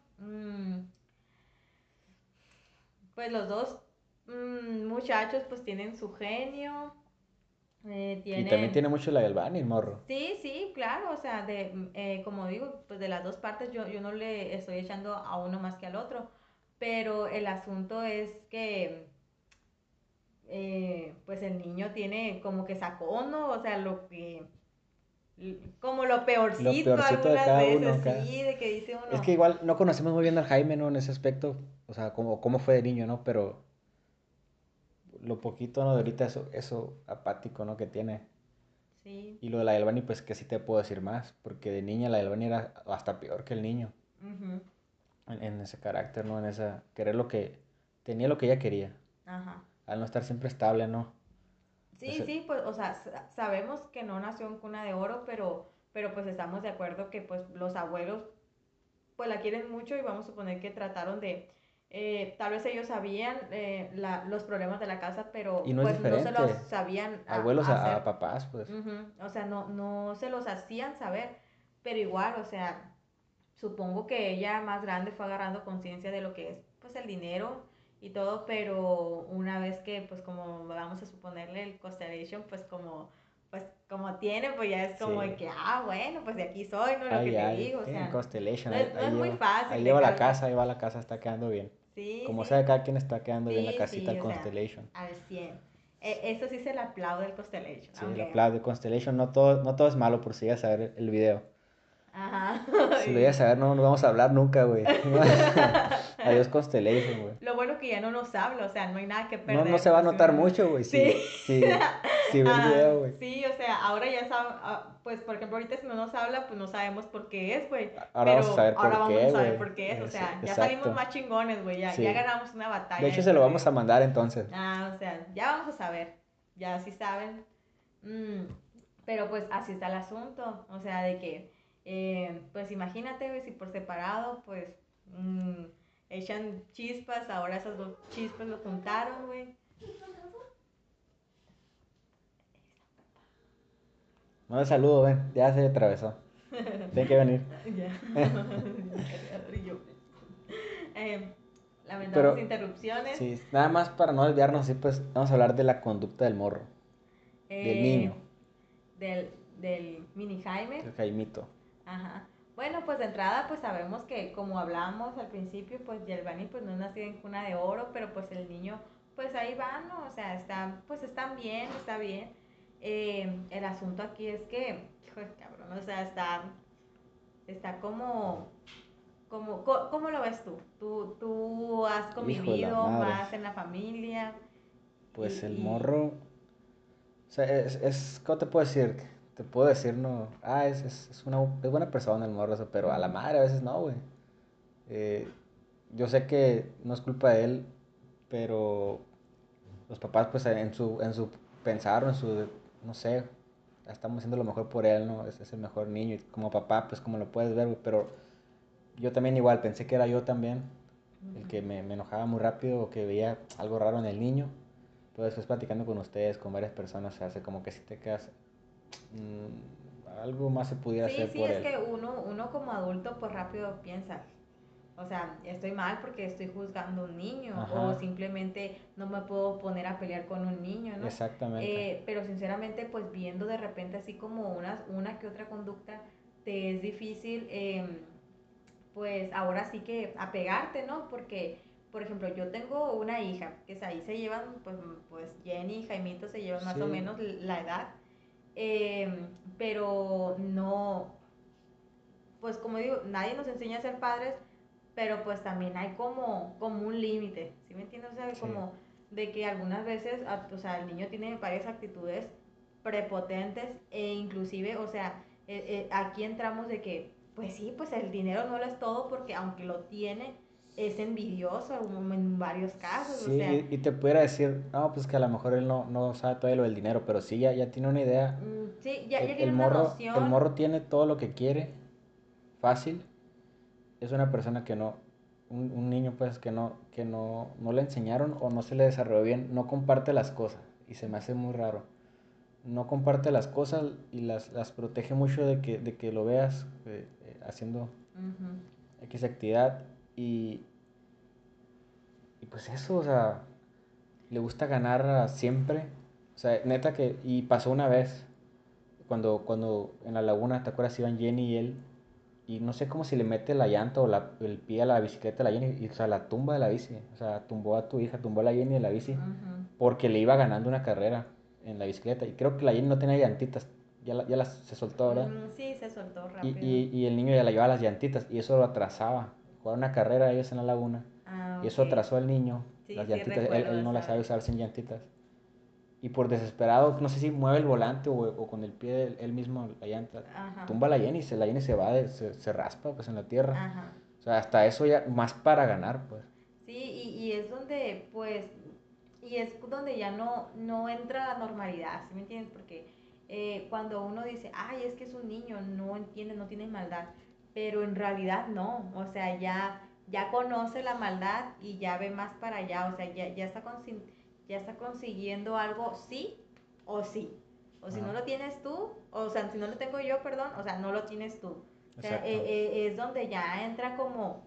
Pues los dos muchachos pues tienen su genio, Y también tienen. tiene mucho la Galvani, morro. Sí, sí, claro, o sea, como digo, pues de las dos partes yo no le estoy echando a uno más que al otro, pero el asunto es que pues el niño tiene como que sacó, ¿no? O sea, como lo Lo peorcito peorcito de algunas cada uno veces, acá. sí, de que dice Es uno, que igual no conocemos muy bien al Jaime, ¿no? En ese aspecto. O sea, cómo fue de niño, ¿no? Pero lo poquito, ¿no? De ahorita eso apático, ¿no? Que tiene. sí, Y lo de la Galvani, pues que sí te puedo decir más. Porque de niña la Galvani era hasta peor que el niño. ujú, En ese carácter, ¿no? En esa. Querer lo que. Tenía lo que ella quería. ajá. Al no estar siempre estable, ¿no? Sí, sí, pues, o sea, sabemos que no nació en cuna de oro, pero pues estamos de acuerdo que pues los abuelos pues la quieren mucho y vamos a suponer que trataron de, tal vez ellos sabían los problemas de la casa, Y pero no es pues no se los diferente. sabían Abuelos a hacer. papás, pues. Ujú. O sea, no se los hacían saber, pero igual, o sea, supongo que ella más grande fue agarrando conciencia de lo que es pues el dinero y todo, pero una vez que pues como vamos a suponerle el Constellation pues como tiene, pues ya es como de Sí. que, bueno, pues de aquí soy, ¿no? Lo que Ay, te ay, digo, o tienen sea, Constellation, no es muy ahí fácil lleva la dejarlo. casa, ahí va la casa, está quedando bien. Sí, Como sea, sí, cada quien está quedando bien la sí, casita sí, o sea, Constellation. al 100. Eso sí se le aplaude el Constellation, Sí, la aunque, plaga de Constellation, no todo es malo por si llegas a ver el video. ajá, Si lo llegas a ver, no vamos a hablar nunca, güey. Adiós Constellation, güey. Lo bueno que ya no nos habla, o sea, no hay nada que No perder, se va a pues si notar uno no. mucho, güey, Sí. si ve el video, güey. Sí, o sea, ahora ya sabe, pues por ejemplo, ahorita si no nos habla, pues no sabemos por qué es, güey. Ahora vamos a Pero saber ahora por vamos a qué, saber güey. por qué es, o sea, ya salimos Exacto. más chingones, güey, ya Sí. ganamos una De batalla hecho, de se lo vamos a perdido. mandar entonces. O sea, ya vamos a saber, ya sí saben. Mm, pero pues así está el asunto, o sea, de que, pues imagínate, güey, si por separado, pues mm, echan chispas, ahora esas dos chispas lo juntaron, güey. No saludo, ven. Ya se atravesó. Tiene que venir. Ya, cargador y yo. Eh, lamentamos Pero, interrupciones. sí, nada más para no desviarnos, sí, pues vamos a hablar de la conducta del morro, del niño, eh, del mini Jaime. del Jaimito. Ajá. Bueno, pues de entrada pues sabemos que como hablamos al principio, pues Giovanni pues no es nacido en cuna de oro, pero pues el niño pues ahí va, ¿no? O sea, pues están bien, está bien. El asunto aquí es que, hijo de cabrón, o sea, está ¿cómo lo ves tú? ¿Tú has Hijo de la convivido madre. más en la familia? Pues el Y morro, o sea, ¿cómo te puedo decir? Te puedo decir, no, es buena persona el morro, eso, pero a la ujú, madre a veces no, güey. Eh, yo sé que no es culpa de él, pero los papás, pues en su pensar, o no sé, estamos haciendo lo mejor por él, ¿no? Es el mejor niño, y como papá, pues como lo puedes ver, güey, pero yo también igual, pensé que era yo también, el ujú. que me enojaba muy rápido o que veía algo raro en el niño, pero después platicando con ustedes, con varias personas, se hace como que si te quedas, algo más se pudiera Sí, hacer sí, por es él. que uno como adulto pues rápido piensa, o sea, estoy mal porque estoy juzgando a un niño o Ajá, simplemente no me puedo poner a pelear con un niño, ¿no? exactamente. Pero sinceramente, pues viendo de repente así como una que otra conducta, te es difícil, pues ahora sí que apegarte, ¿no? Porque, por ejemplo, yo tengo una hija, que ahí se llevan, pues Jenny y Jaimito se llevan más o Sí, menos la edad, pero no, pues como digo, nadie nos enseña a ser padres, pero pues también hay como un límite, ¿sí me entiendes? O sea, sí. como de que algunas veces, o sea, el niño tiene varias actitudes prepotentes e inclusive, o sea, aquí entramos de que, pues sí, pues el dinero no lo es todo porque aunque lo tiene, es envidioso en varios casos, o Sí, sea, y te pudiera decir, no, pues que a lo mejor él no sabe todavía lo del dinero, pero sí, ya tiene una idea. sí, ya El tiene una el noción. morro tiene todo lo que quiere, fácil. Es una persona que no, un niño pues que no le enseñaron o no se le desarrolló bien, no comparte las cosas y se me hace muy raro. No comparte las cosas y las protege mucho de que lo veas haciendo Ujú. X actividad y, y pues eso, o sea, le gusta ganar siempre. O sea, neta que, y pasó una vez, cuando en la laguna, ¿te acuerdas? Iban Jenny y él, y no sé cómo si le mete la llanta o el pie a la bicicleta de la Jenny, y, o sea, la tumba de la bici, o sea, tumbó a tu hija, tumbó a la Jenny de la bici, Ujú. porque le iba ganando una carrera en la bicicleta, y creo que la Jenny no tenía llantitas, se soltó, ¿verdad? Sí, se soltó Y, rápido. y, y el niño ya la llevaba las llantitas, y eso lo atrasaba. Jugaron una carrera ellos en la laguna, y Ok. eso atrasó al niño, Sí, las sí, llantitas, él, recuerdo él no las esa sabe vez. usar sin llantitas. Y por desesperado, no sé si mueve el volante o con el pie él mismo la llanta, Ajá, tumba la Jenny se va, se raspa pues en la tierra. ajá. O sea, hasta eso ya, más para ganar, pues. Sí, y es donde, pues, y es donde ya no entra la normalidad, ¿sí me entiendes? Porque cuando uno dice, ay, es que es un niño, no entiende, no tiene maldad, pero en realidad no, o sea, ya conoce la maldad y ya ve más para allá, o sea, ya está consiguiendo algo sí o sí. O si no Ajá, lo tienes tú, o sea, si no lo tengo yo, perdón, o sea, no lo tienes tú. O sea, exacto. es donde ya entra como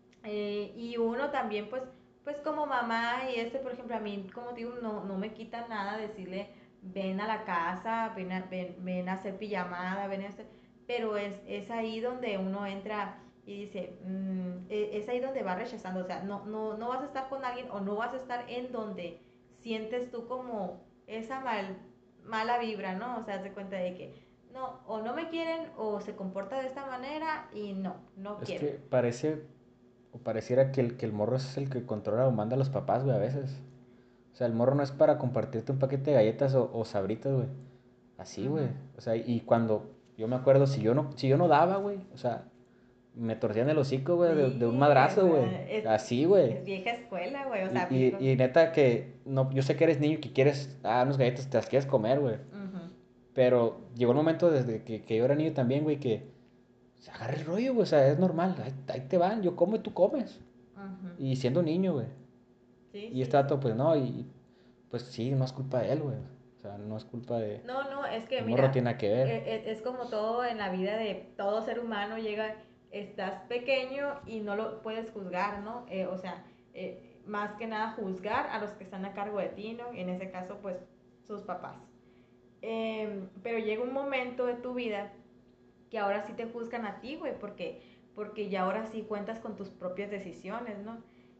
y uno también, pues como mamá y por ejemplo, a mí, como digo, no me quita nada decirle, ven a la casa, ven a hacer pijamada, ven a hacer, pero es ahí donde uno entra y dice, es ahí donde va rechazando, o sea, no vas a estar con alguien o no vas a estar en donde sientes tú como esa mala vibra, ¿no? O sea, te cuenta de que no, o no me quieren o se comporta de esta manera y no Es quiero. que parece, o pareciera que el morro es el que controla o manda a los papás, güey, a veces. O sea, el morro no es para compartirte un paquete de galletas o sabritas, güey. Así, Ujú. güey. O sea, y cuando yo me acuerdo, si yo no daba, güey, o sea, me torcían el hocico, güey, de un Sí, o madrazo, güey. sea, Así, güey. es vieja escuela, güey, o Y, sea, y, y neta que, no, yo sé que eres niño y que quieres, unas galletas, te las quieres comer, güey. ujú, Pero llegó el momento desde que yo era niño también, güey, que se agarra el rollo, güey. O sea, es normal. Ahí te van, yo como y tú comes. ujú. Y siendo niño, güey. Sí, Y sí, este sí. dato, pues no, y pues sí, no es culpa de él, güey. O sea, no es culpa de... No, es que El morro mira, tiene nada que ver. es como todo en la vida de todo ser humano llega, estás pequeño y no lo puedes juzgar, ¿no? O sea, más que nada juzgar a los que están a cargo de ti, ¿no? En ese caso, pues, sus papás. Pero llega un momento de tu vida que ahora sí te juzgan a ti, güey, porque ya ahora sí cuentas con tus propias decisiones, ¿no?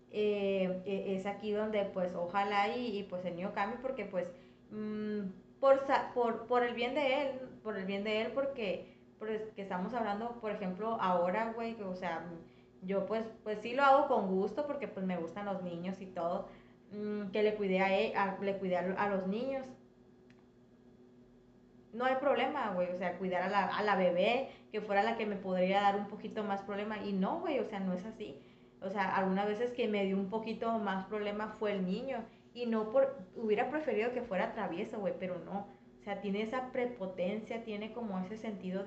Es aquí donde pues ojalá pues el niño cambie porque pues mmm, por el bien de él, porque que estamos hablando, por ejemplo, ahora, güey, o sea, yo pues sí lo hago con gusto porque pues me gustan los niños y todo, que le cuidé le cuidé a los niños, no hay problema, güey, o sea, cuidar a la bebé, que fuera la que me podría dar un poquito más problema, y no, güey, o sea, no es así. O sea, algunas veces que me dio un poquito más problema fue el niño, y no hubiera preferido que fuera travieso, güey, pero no. O sea, tiene esa prepotencia, tiene como ese sentido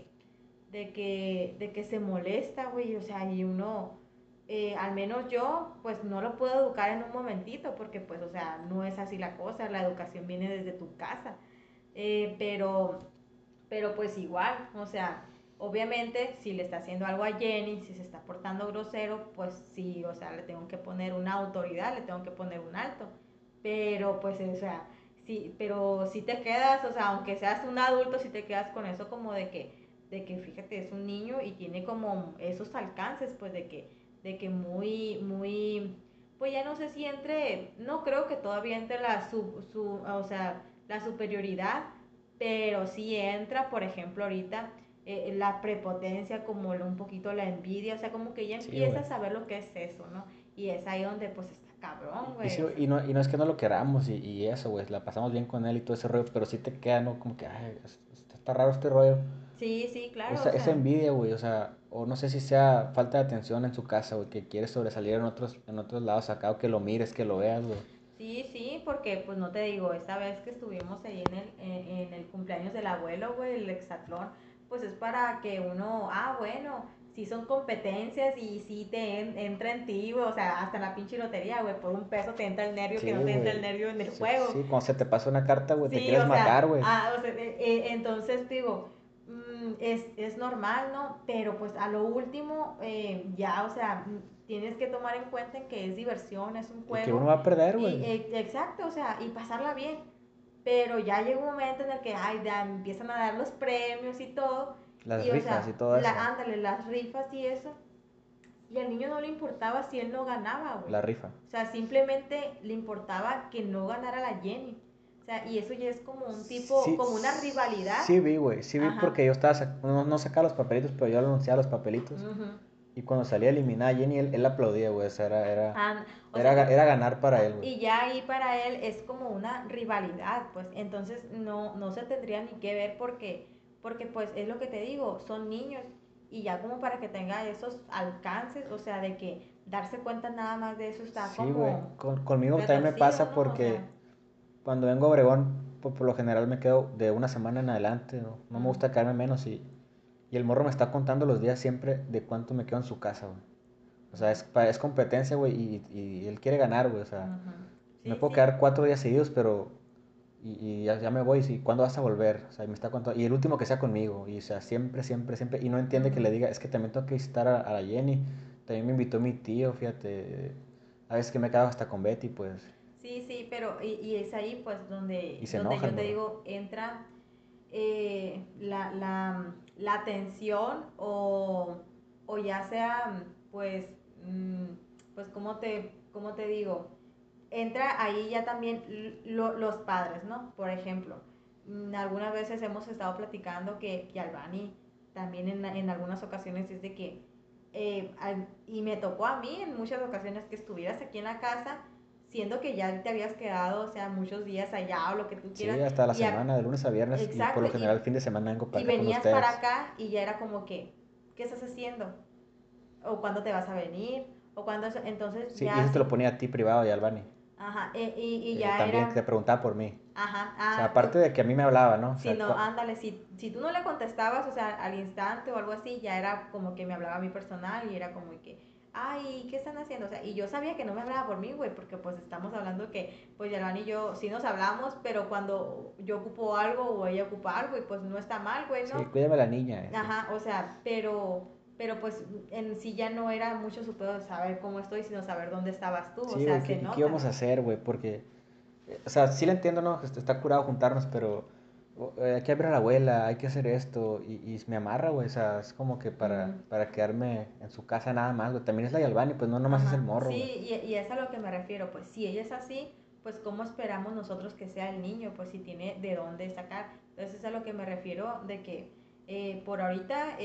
de que se molesta, güey, o sea, y uno, al menos yo, pues no lo puedo educar en un momentito, porque pues, o sea, no es así la cosa, la educación viene desde tu casa. Eh, pero, pero pues igual, o sea, obviamente si le está haciendo algo a Jenny, si se está portando grosero, pues sí, o sea, le tengo que poner una autoridad, le tengo que poner un alto. Pero pues, o sea, sí, pero si te quedas, o sea, aunque seas un adulto, si te quedas con eso como de que fíjate, es un niño y tiene como esos alcances, pues de que muy, pues ya no sé si entre, no creo que todavía entre o sea, la superioridad, pero sí entra, por ejemplo, ahorita la prepotencia, como un poquito la envidia, o sea, como que ya Sí, güey. empiezas a ver lo que es eso, ¿no? Y es ahí donde pues está cabrón, Y, güey, sí, o güey, sea. y no es que no lo queramos y eso, güey. La pasamos bien con él y todo ese rollo, pero sí te queda, ¿no? Como que, ay, está raro este rollo. Sí, sí, claro, Esa, o esa sea, envidia, güey, o sea, o no sé si sea falta de atención en su casa, güey, que quiere sobresalir en otros lados acá, o que lo mires, que lo veas, güey. sí, sí, porque pues no te digo, esta vez que estuvimos ahí en el cumpleaños del abuelo, güey, el hexatlón, pues es para que uno, bueno, sí son competencias y sí entra en ti, güey, o sea, hasta en la pinche lotería, güey, por un peso te entra el nervio que no Sí, te entra el güey. nervio en el Sí, juego. sí, cuando se te pasa una carta, güey, te Sí, quieres o matar, sea, güey. entonces es normal, ¿no? Pero pues a lo último, ya, o sea, tienes que tomar en cuenta en que es diversión, es un Y que uno juego, va a perder, güey. y exacto, o sea, y pasarla bien. Pero ya llega un momento en el que, ay, ya empiezan a dar los premios y todo, Las y o rifas y sea, todo eso. ándale, las rifas y eso, y al niño no le importaba si él no ganaba, güey. La rifa. O sea, simplemente le importaba que no ganara la Jenny. O sea, y eso ya es como un tipo, Sí, como una rivalidad. sí vi, güey. Sí vi Ajá. porque yo estaba, no sacaba los papelitos, pero yo anunciaba los papelitos. Ujú. Y cuando salía eliminada Jenny, él aplaudía, güey. O sea, O sea, era ganar para él, güey. y ya ahí para él es como una rivalidad, pues entonces no se tendría ni que ver porque pues es lo que te digo, son niños y ya como para que tenga esos alcances, o sea, darse cuenta nada más de eso está Sí, güey. como Conmigo también me retorcido, pasa ¿no? O porque sea, cuando vengo a Obregón, por lo general me quedo de una semana en adelante, ¿no? No me mm, gusta quedarme menos y el morro me está contando los días siempre de cuánto me quedo en su casa, güey. O sea, es competencia, güey, y él quiere ganar, güey. O sea, ujú. me Sí, puedo sí. quedar 4 días seguidos, pero... Y ya me voy, y ¿cuándo vas a volver? O sea, y me está contando... Y el último que sea conmigo. Y, o sea, siempre, siempre, siempre... Y no entiende que Ujú. le diga, es que también tengo que visitar a la Jenny. También me invitó mi tío, fíjate. A veces que me quedo hasta con Betty, pues... Sí, sí, pero y es ahí pues Y donde, se donde enoja el yo te morro. digo, entra la atención o ya sea pues, mm, pues cómo te digo, entra ahí ya también los padres, ¿no? Por ejemplo, algunas veces hemos estado platicando que Albani también en algunas ocasiones es de que, y me tocó a mí en muchas ocasiones que estuvieras aquí en la casa, siendo que ya te habías quedado, o sea, muchos días allá o lo que tú Sí, quieras, hasta la y semana, de lunes a viernes. Y por exacto, lo general, fin de semana vengo para y acá con venías para ustedes. acá y ya era como que, ¿qué estás haciendo? ¿O cuándo te vas a venir? O cuándo, entonces Sí, y ya eso te lo sí, ponía a ti privado y a Albani. ajá, y ya También que te era, preguntaba por mí. ajá, O sea, pues aparte de que a mí me hablaba, ¿no? O si sea, no, ándale, si tú no le contestabas, o sea, al instante o algo así, ya era como que me hablaba a mí personal y era como que, ay, ¿qué están haciendo? O sea, y yo sabía que no me hablaba por mí, güey, porque pues estamos hablando que, pues Yalván y yo sí nos hablamos, pero cuando yo ocupo algo o ella ocupa algo, y pues no está mal, güey, sí, ¿no? cuídame a la niña. Ajá, o sea, pero pues en sí ya no era mucho su pedo de saber cómo estoy, sino saber dónde estabas tú, o Sí, sea, güey, se ¿y qué nota. íbamos a hacer, güey? Porque, o sea, sí le entiendo, ¿no? Está curado juntarnos, pero hay que abrir a la abuela, hay que hacer esto. Y me amarra, güey. O sea, es como que Mm, para quedarme en su casa nada más, güey. También es la Yalvani, pues no nomás es el ajá, morro, sí, güey. y es a lo que me refiero, pues si ella es así, pues cómo esperamos nosotros que sea el niño, pues si tiene de dónde sacar. Entonces es a lo que me refiero de que por ahorita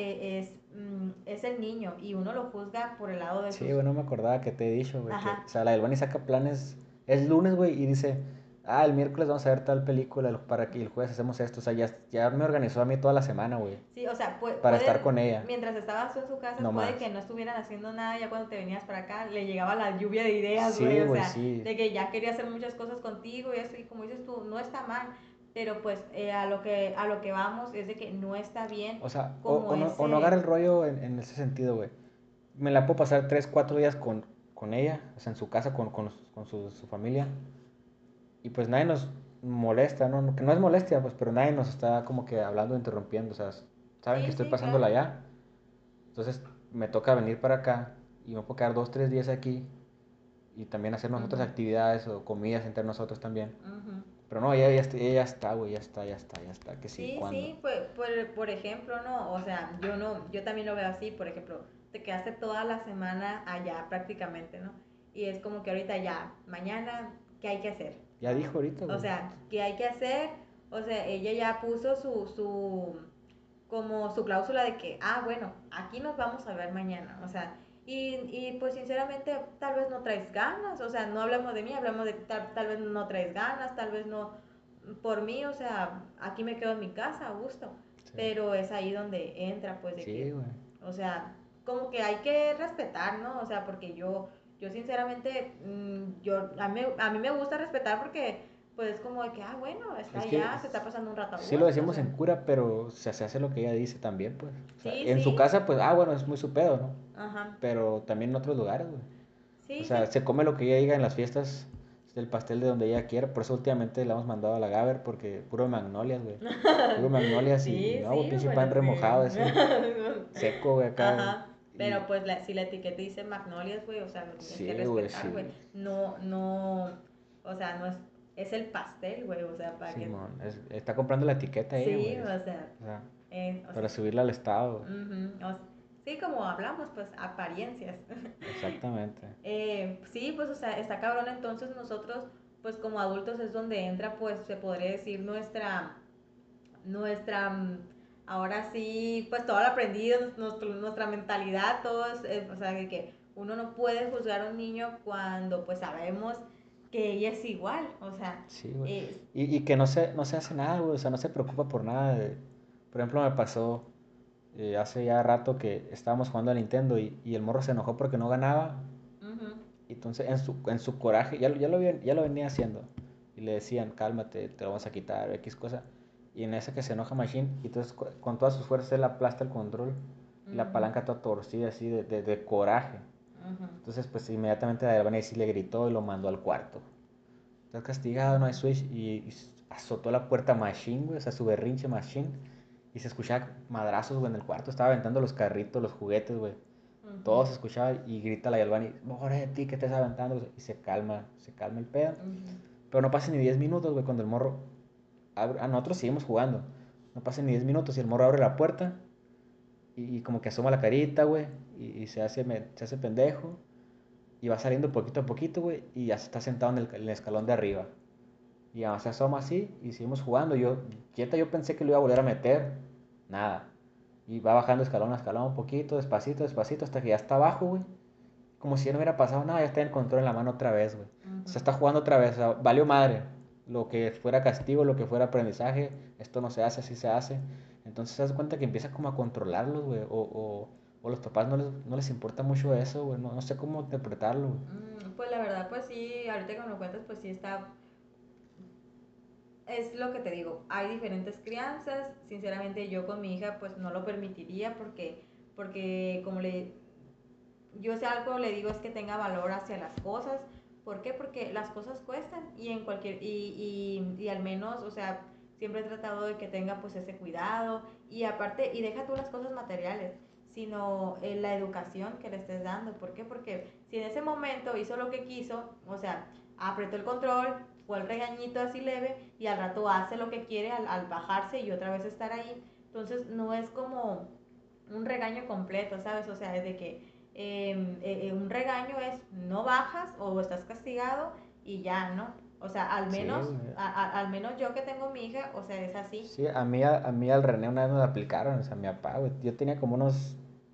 es el niño y uno lo juzga por el lado de Sí, sus... güey, no me acordaba que te he dicho, güey, que, Ajá, o sea, la Yalvani saca planes, es lunes, güey, y dice, ah, el miércoles vamos a ver tal película, para que el jueves hacemos esto. O sea, ya me organizó a mí toda la semana, güey, sí, o sea, para estar puede, con ella, mientras estabas tú en su casa, no puede más. que no estuvieran haciendo nada, ya cuando te venías para acá, le llegaba la lluvia de ideas, güey, Sí, o güey, sea, sí. de que ya quería hacer muchas cosas contigo y eso, y como dices tú, no está mal, pero pues a lo que vamos es de que no está bien O sea, como o no agarra ese, el rollo en ese sentido, güey. Me la puedo pasar 3, 4 días con ella, o sea, en su casa con su familia. Y pues nadie nos molesta, ¿no? Que no es molestia, pues, pero nadie nos está como que hablando, interrumpiendo. O sea, saben que sí, estoy sí, pasándola claro, allá. Entonces me toca venir para acá y me puedo quedar 2, 3 días aquí y también hacer nosotras mhm, actividades o comidas entre nosotros también. mhm. Pero no, ella está, güey, ya está, que sí, Sí, ¿cuándo? sí, pues por ejemplo, ¿no? O sea, yo no, yo también lo veo así, por ejemplo, te quedaste toda la semana allá prácticamente, ¿no? Y es como que ahorita ya, mañana, ¿qué hay que hacer? Ya dijo ahorita, O güey. sea, ¿qué hay que hacer? O sea, ella ya puso como su cláusula de que, ah, bueno, aquí nos vamos a ver mañana, o sea, y pues sinceramente tal vez no traes ganas, o sea, no hablamos de mí, hablamos de que tal vez no traes ganas, tal vez no por mí, o sea, aquí me quedo en mi casa a gusto, Sí, pero es ahí donde entra pues de sí, que, güey. o sea, como que hay que respetar, ¿no? O sea, porque yo sinceramente, a mí me gusta respetar porque pues es como de que, ah, bueno, está Es que allá, se está pasando un rato a sí lo gusto, o decimos sea, en cura, pero se hace lo que ella dice también, pues. O sea, sí, en su sí, casa, pues, bueno, es muy su pedo, ¿no? ajá, Pero también en otros lugares, güey. O sí, sea, sí, se come lo que ella diga en las fiestas, el pastel de donde ella quiera. Por eso últimamente la hemos mandado a la Gaber, porque puro magnolias, güey. Puro magnolias y sí, no, güey, sí, pinche pan bueno, remojado sí, ese, seco, güey, acá. ajá, Y pero pues si la etiqueta dice Magnolias, güey, o sea, lo tienes que sí, güey, respetar, güey, sí. no, no, o sea, no es, es el pastel, güey, o sea, para que, Simón, está comprando la etiqueta ella, sí, güey. O sea, o para sea, subirla al estado, güey. ujú, sí, como hablamos, pues, apariencias. Exactamente. Sí, pues, o sea, está cabrón, entonces nosotros, pues, como adultos es donde entra, pues, se podría decir nuestra, ahora sí, pues, todo lo aprendido, nuestra mentalidad, todo es, o sea, que uno no puede juzgar a un niño cuando, pues, sabemos que ella es igual, o sea, Sí, güey. es, Y que no se hace nada, güey. O sea, no se preocupa por nada. Por ejemplo, me pasó hace ya rato que estábamos jugando a Nintendo y el morro se enojó porque no ganaba. Y entonces en su coraje, ya lo venía haciendo. Y le decían, cálmate, te lo vamos a quitar, X cosa. Y en esa que se enoja Machine, y entonces con todas sus fuerzas él aplasta el control. Y la Ujú, palanca toda torcida, así de coraje. ujú, Entonces, pues inmediatamente a Albany sí le gritó y lo mandó al cuarto. Estás castigado, no hay switch. Y azotó la puerta Machine, güey, o sea, su berrinche Machine. Y se escuchaba madrazos, güey, en el cuarto. Estaba aventando los carritos, los juguetes, güey. ujú, Todo se escuchaba y grita la Albany, mejor de ti que estás aventando. Y se calma el pedo. ujú. Pero no pasan ni 10 minutos, güey, cuando el morro abre. Nosotros seguimos jugando. No pasan ni 10 minutos y el morro abre la puerta y como que asoma la carita, güey. Y se hace pendejo. Y va saliendo poquito a poquito, güey. Y ya se está sentado en el escalón de arriba. Y ya se asoma así y seguimos jugando. Yo pensé que lo iba a volver a meter. Nada. Y va bajando escalón a escalón un poquito, despacito, despacito, hasta que ya está abajo, güey. Como si ya no hubiera pasado nada, ya está en el control en la mano otra vez, güey. O Ujú. sea, está jugando otra vez, o sea, valió madre. Lo que fuera castigo, lo que fuera aprendizaje, esto no se hace, así se hace. Entonces te das cuenta que empieza como a controlarlos, güey. O los papás no les importa mucho eso, güey. No sé cómo interpretarlo, güey. Pues la verdad, pues sí, ahorita que me lo cuentas, pues sí está, es lo que te digo, hay diferentes crianzas, sinceramente yo con mi hija pues no lo permitiría porque como yo si algo le digo es que tenga valor hacia las cosas. ¿Por qué? Porque las cosas cuestan y en cualquier y al menos, o sea, siempre he tratado de que tenga pues ese cuidado y aparte y deja tú las cosas materiales, sino la educación que le estés dando. ¿Por qué? Porque si en ese momento hizo lo que quiso, o sea, apretó el control, fue el regañito así leve y al rato hace lo que quiere al bajarse y otra vez estar ahí, entonces no es como un regaño completo, ¿sabes? O sea, es de que un regaño es no bajas o estás castigado y ya, ¿no? O sea, Sí, güey. al menos yo que tengo mi hija, o sea, es así. Sí, a mí al René una vez nos aplicaron, o sea, a mi papá, güey. Yo tenía como unos.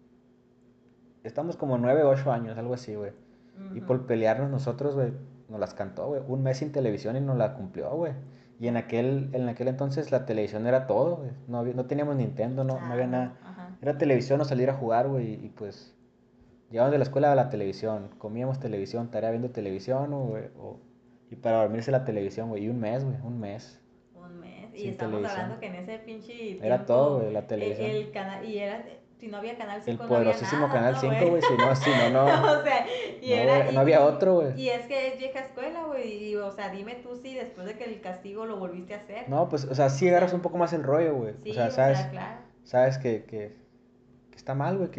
Estamos como 9 8 años, algo así, güey. Y Ujú. por pelearnos nosotros, güey, nos las cantó, güey. Un mes sin televisión y nos la cumplió, güey. Y en aquel entonces la televisión era todo, güey. No teníamos Nintendo, no había Claro, nada. ajá. Era televisión o salir a jugar, güey. Y pues llegábamos de la escuela a la televisión. Comíamos televisión, tarea viendo televisión, güey. Y para dormirse la televisión, güey. Y un mes, güey, un mes Un mes. Y sin estamos televisión. hablando que en ese pinche Era todo, tiempo güey, la televisión. el canal, y era, si no había canal El 5 no había poderosísimo nada, Canal ¿no, 5, güey? güey. Si no, O sea, y no, era, no había otro, güey. y es que es vieja escuela, güey, y o sea, dime tú si después de que el castigo lo volviste a hacer. No, pues, o sea, sí O agarras sea, un poco más el rollo, güey. O sea, sí, o sea, claro. sabes que está mal, güey,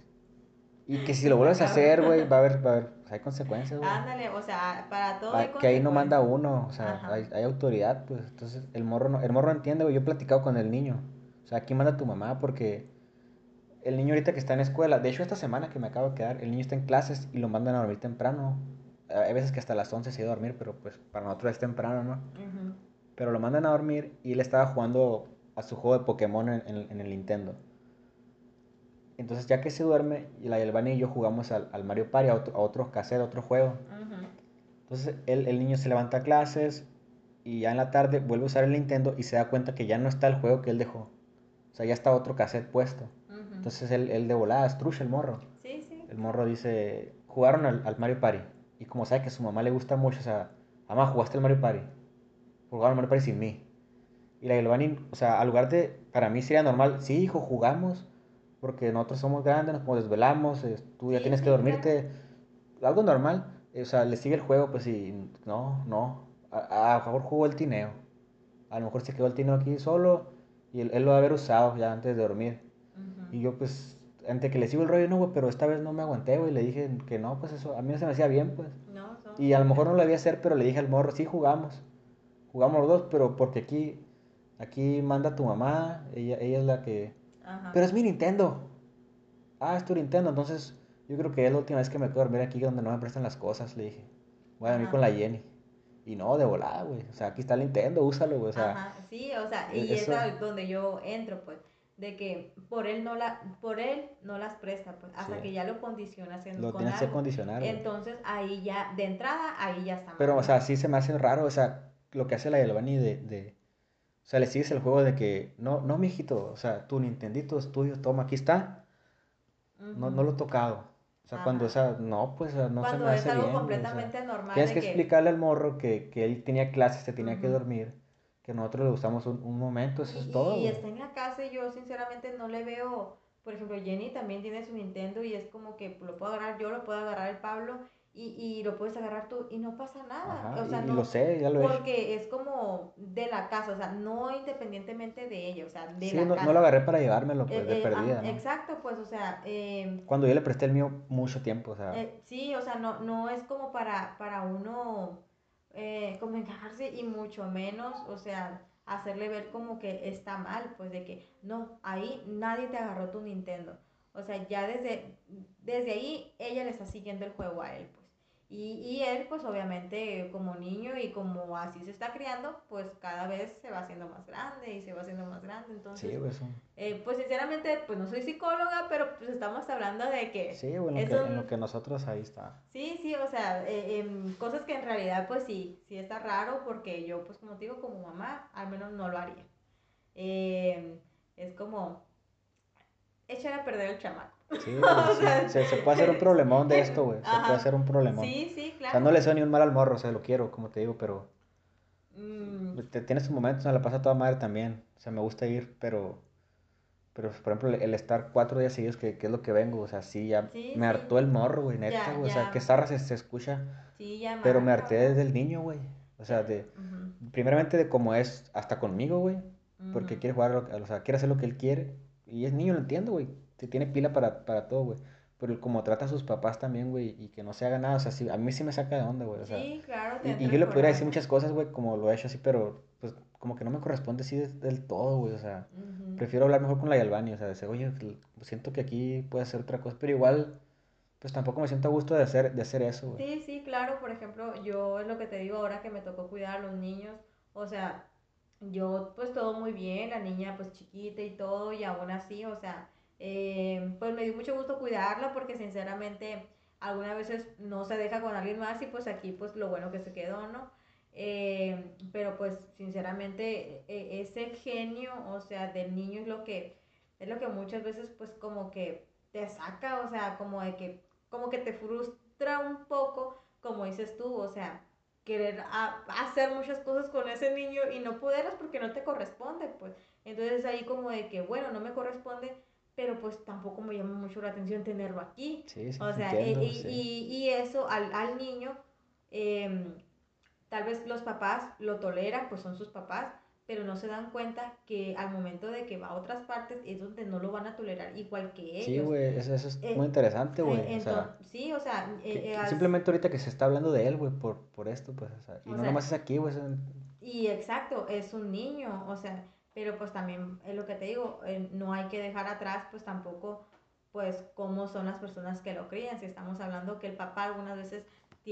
y que si lo Está vuelves a cabrón. hacer, güey, va a haber, pues, hay consecuencias, güey. Ándale, o sea, para todo hay Que ahí no manda consecuencias. uno, o sea, Ajá. hay autoridad, pues. Entonces, el morro no entiende, güey. Yo he platicado con el niño. O sea, aquí manda tu mamá porque el niño ahorita que está en escuela, de hecho, esta semana que me acabo de quedar, el niño está en clases y lo mandan a dormir temprano. Hay veces que hasta las 11 se ha ido a dormir, pero pues para nosotros es temprano, ¿no? Ujú, Pero lo mandan a dormir y él estaba jugando a su juego de Pokémon en el Nintendo. Entonces ya que se duerme, y la Yelvani y yo jugamos al Mario Party, a otro cassette, a otro juego. ujú, Entonces el niño se levanta a clases y ya en la tarde vuelve a usar el Nintendo y se da cuenta que ya no está el juego que él dejó. O sea, ya está otro cassette puesto. ujú. Entonces él de volada, estrucha el morro. Sí, sí, El morro claro. dice, jugaron al Mario Party. Y como sabe que a su mamá le gusta mucho, o sea, mamá, ¿jugaste el Mario Party? Jugaron al Mario Party sin mí. Y la Giovanni, o sea, al lugar de, para mí sería normal, sí, hijo, jugamos, porque nosotros somos grandes, nos como desvelamos, tú ya Sí, tienes que sí, claro. dormirte, algo normal, o sea, le sigue el juego, pues y no, a lo mejor jugó el tineo, a lo mejor se quedó el tineo aquí solo y él lo debe haber usado ya antes de dormir. Ujú. Y yo, pues, antes que le sigo el rollo, no, güey, pero esta vez no me aguanté, güey, le dije que no, pues eso, a mí no se me hacía bien, pues. No, no, Y a lo sí, mejor no claro. lo debía hacer, pero le dije al morro, sí, jugamos los dos, pero porque aquí manda tu mamá, ella es la que. Ajá. Pero es mi Nintendo. Ah, es tu Nintendo, entonces yo creo que es la última vez que me quedo a dormir aquí donde no me prestan las cosas, le dije. Voy a dormir con Ajá. la Jenny. Y no, de volada, güey. O sea, aquí está el Nintendo, úsalo, güey. O sea, Ajá, sí, o sea, y es eso, donde yo entro, pues, de que por él no las presta, pues, sí. hasta que ya lo condicionas Lo con tienes que algo. condicionar, güey. Entonces, ahí ya, de entrada, ahí ya está Pero, mal, o ¿no? sea, sí se me hace raro, o sea, lo que hace la Yelvani o sea, le sigues el juego de que, no, mijito, o sea, tu Nintendito es tuyo, toma, aquí está. No Ujú. lo he tocado. O sea, cuando, o Ajá. sea, no, pues, o sea, no se me Cuando es hace algo bien, güey, o sea, completamente normal tienes de que que... explicarle al morro que él tenía clases, se tenía que Ujú. dormir, que nosotros le gustamos un momento, eso es todo, Y güey. está en la casa y yo sinceramente no le veo, por ejemplo, Jenny también tiene su Nintendo y es como que lo puedo agarrar yo, lo puedo agarrar el Pablo y lo puedes agarrar tú y no pasa nada. Ajá, O sea, y lo no, sé, ya lo he hecho. porque es como de la casa, o sea, no independientemente de ella, o sea, de Sí, la no, no lo casa. agarré para llevármelo, pues, de perdida, ¿no? Exacto, pues, o sea, Cuando yo le presté el mío mucho tiempo, o sea, sí, o sea, no, no es como para uno como encajarse y mucho menos, o sea, hacerle ver como que está mal, pues de que no, ahí nadie te agarró tu Nintendo. O sea, ya desde ahí ella le está siguiendo el juego a él, pues. Y él, pues obviamente, como niño y como así se está criando, pues cada vez se va haciendo más grande y se va haciendo más grande. sí, Entonces, güey, eso. pues sinceramente, pues no soy psicóloga, pero pues estamos hablando de que Sí, güey, es en lo un... que nosotros ahí está. Sí, sí, o sea, cosas que en realidad pues sí, sí está raro porque yo pues como te digo, como mamá, al menos no lo haría. Eh, es como echar a perder el chamaco. Sí, güey, O sí. sea, Se puede hacer un problemón de esto, güey. Se puede ajá, hacer un problemón. sí, sí, O sea, no le claro. deseo ni un mal al morro, o sea, lo quiero, como te digo, pero Mm, tiene sus momentos, me la pasa toda madre también. O sea, me gusta ir, pero por ejemplo, el estar 4 días seguidos, que es lo que vengo, o sea, sí, ya sí, me sí, hartó el morro, güey, neta, ya, güey. O sea, que ya, zarra se escucha, sí, ya pero me marca, harté ¿verdad? desde el niño, güey. O sea, Ujú, primeramente de cómo es hasta conmigo, güey. Porque ujú. quiere jugar, o sea, quiere hacer lo que él quiere. Y es niño, lo entiendo, güey. Tiene pila para todo, güey. Pero el cómo trata a sus papás también, güey, y que no se haga nada, o sea, sí, a mí sí me saca de onda, güey. O sea, Sí, claro, te y entra yo el le podría decir coraje. muchas cosas, güey, como lo he hecho así, pero pues como que no me corresponde así del todo, güey. O sea, Ujú. prefiero hablar mejor con la Yalvani, o sea, decir, oye, siento que aquí puede hacer otra cosa, pero igual, pues tampoco me siento a gusto de hacer eso, güey. Sí, sí, claro, por ejemplo, yo es lo que te digo ahora que me tocó cuidar a los niños, o sea, yo pues todo muy bien, la niña pues chiquita y todo, y aún así, o sea, pues me dio mucho gusto cuidarla porque sinceramente algunas veces no se deja con alguien más y pues aquí pues lo bueno que se quedó, ¿no? Pero pues sinceramente ese genio, o sea, del niño es lo que muchas veces pues como que te saca, o sea, como que te frustra un poco, como dices tú, o sea, querer hacer muchas cosas con ese niño y no poderlas porque no te corresponde, pues. Entonces ahí como de que, bueno, no me corresponde, pero pues tampoco me llama mucho la atención tenerlo aquí. Sí, sí, O te sea, entiendo, sí. y eso al niño, eh, tal vez los papás lo toleran, pues son sus papás, pero no se dan cuenta que al momento de que va a otras partes es donde no lo van a tolerar igual que Sí, ellos. güey, eso es muy Eh, interesante, güey. O sea, sí, o sea, simplemente ahorita que se está hablando de él, güey, por esto, pues, o sea, y o no sea, nomás es aquí, güey, y exacto, es un niño, o sea, pero pues también es lo que te digo, no hay que dejar atrás pues tampoco pues cómo son las personas que lo crían, si estamos hablando que el papá algunas veces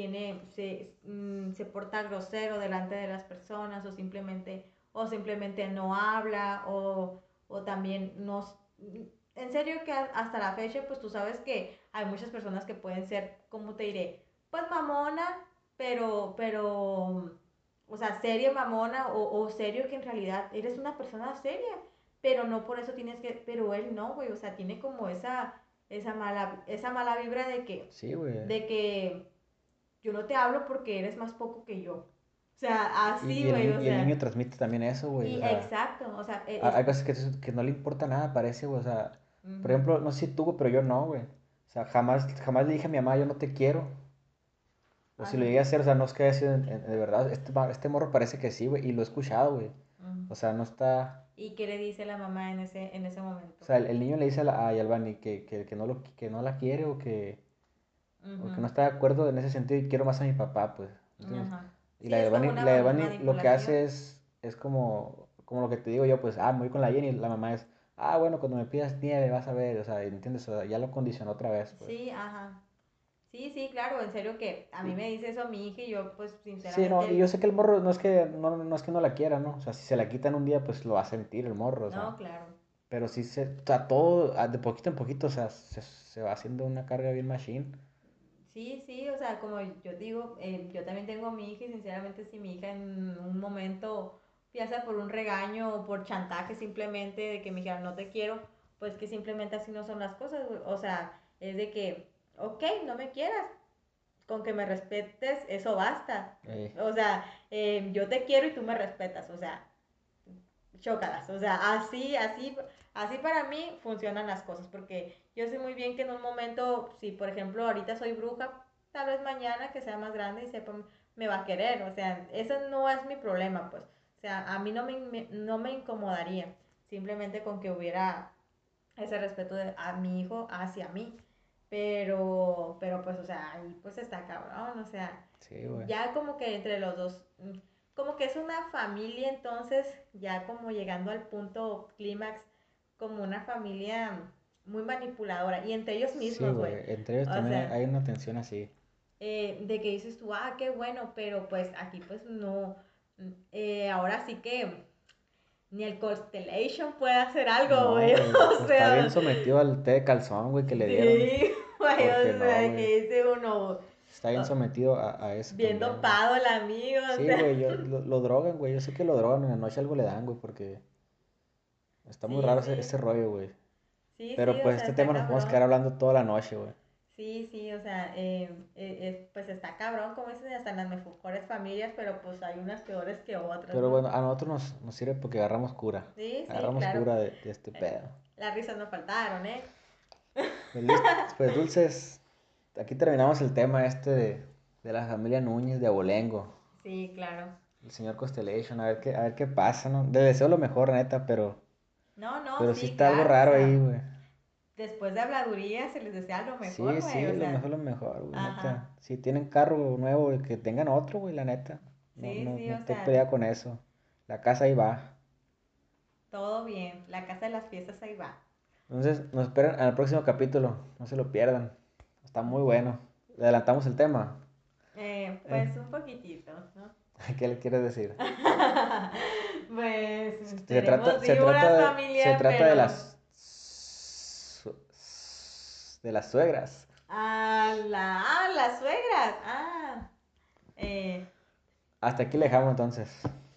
se porta grosero delante de las personas o simplemente no habla o también no, en serio que hasta la fecha pues tú sabes que hay muchas personas que pueden ser, como te diré, pues mamona, pero o sea, serio mamona o serio que en realidad eres una persona seria, pero no por eso tienes que, pero él no, güey, o sea, tiene como esa mala vibra sí, güey. de que yo no te hablo porque eres más poco que yo. O sea, así, güey, o Y el niño sea, transmite también eso, güey, o y sea, exacto, o sea, hay cosas que no le importa nada, parece, güey, o sea, por ujú, ejemplo, no sé si tú, güey, pero yo no, güey. O sea, jamás le dije a mi mamá, yo no te quiero. O si lo ajá, llegué a hacer, o sea, no es que haya sido de verdad. Este morro parece que sí, güey, y lo he escuchado, güey. ujú. O sea, no está. ¿Y qué le dice la mamá en ese O momento? sea, el niño le dice a Yalvani que no la quiere o Ujú, que no está de acuerdo en ese sentido y quiero más a mi papá, pues, ¿entiendes? ajá. Y Sí, es como una La Yalvani lo que manipulación. hace es como lo que te digo yo, pues, me voy con la Jenny y la mamá es, bueno, cuando me pidas nieve vas a ver, o sea, ¿entiendes? O sea, ya lo condicionó otra vez, pues. Sí, ajá. Sí, sí, claro, en serio que a mí Y, me dice eso mi hija y yo pues sí, no, y yo sinceramente, sé que el morro no es que no la quiera, ¿no? O sea, si se la quitan un día, pues lo va a sentir el morro, o sea. no, claro. Pero sí o sea, todo, de poquito en poquito, o sea, se va haciendo una carga bien machine. Sí, sí, o sea, como yo digo, yo también tengo a mi hija y sinceramente si mi hija en un momento, ya sea por un regaño o por chantaje simplemente de que me dijeran no te quiero, pues que simplemente así no son las cosas, güey. O sea, es de que, ok, no me quieras, con que me respetes, eso basta. Eh, O sea, yo te quiero y tú me respetas, o sea, chócalas. O sea, así para mí funcionan las cosas, porque yo sé muy bien que en un momento, si por ejemplo ahorita soy bruja, tal vez mañana que sea más grande y sepa, me va a querer. O sea, eso no es mi problema, pues. O sea, a mí no me incomodaría, simplemente con que hubiera ese respeto a mi hijo hacia mí. Pero pues, o sea, ahí pues está cabrón, o sea, sí, güey. ya como que entre los dos, como que es una familia, entonces ya como llegando al punto clímax, como una familia muy manipuladora, y entre ellos Sí, mismos, güey, güey. Entre ellos o también sea, hay una tensión así. de que dices tú, ah, qué bueno, pero pues aquí pues no, ahora sí que ni el Constellation puede hacer algo, No, güey, güey. o Pues está bien sea, sometido al té de calzón, güey, que le dieron. sí, güey, Porque o sea, no, de güey. que dice uno, Está bien oh, sometido a eso bien también, güey. dopado el amigo, o Sí, sea, güey, lo drogan, güey. Yo sé que lo drogan, en la noche algo le dan, güey, porque está muy sí, raro sí, ese rollo, güey. sí, Pero sí, o pues sea, este está tema nos podemos quedar cabrón. hablando toda la noche, güey. Sí, sí, o sea, pues está cabrón, como dicen, hasta en las mejores familias, pero pues hay unas peores que otras, Pero ¿no? bueno, a nosotros nos sirve porque agarramos cura. Sí, sí, Agarramos claro. cura de este Eh, pedo. las risas no faltaron, ¿eh? Pues listo, pues dulces. Aquí terminamos el tema este de la familia Núñez de Abolengo. Sí, claro. El señor Constellation, a ver qué pasa, ¿no? Le deseo lo mejor, neta, No, no, pero sí sí, está algo claro, o raro ahí, sea, güey. después de habladuría se les desea lo mejor, Sí, güey, sí, o sea, lo mejor, güey, neta. ajá. Si tienen carro nuevo, güey, que tengan otro, güey, la neta. Sí, sí, No o estoy sea, peleado con eso. La casa ahí va. todo bien. La casa de las fiestas ahí va. Entonces, nos esperan al próximo capítulo. No se lo pierdan. Está muy bueno. Le adelantamos el tema. Eh, Pues un poquitito, ¿no? ¿Qué le quieres decir? Pues seremos Se víboras, se familia, trata pero de las suegras. las suegras. Ah, eh, Hasta aquí le dejamos entonces.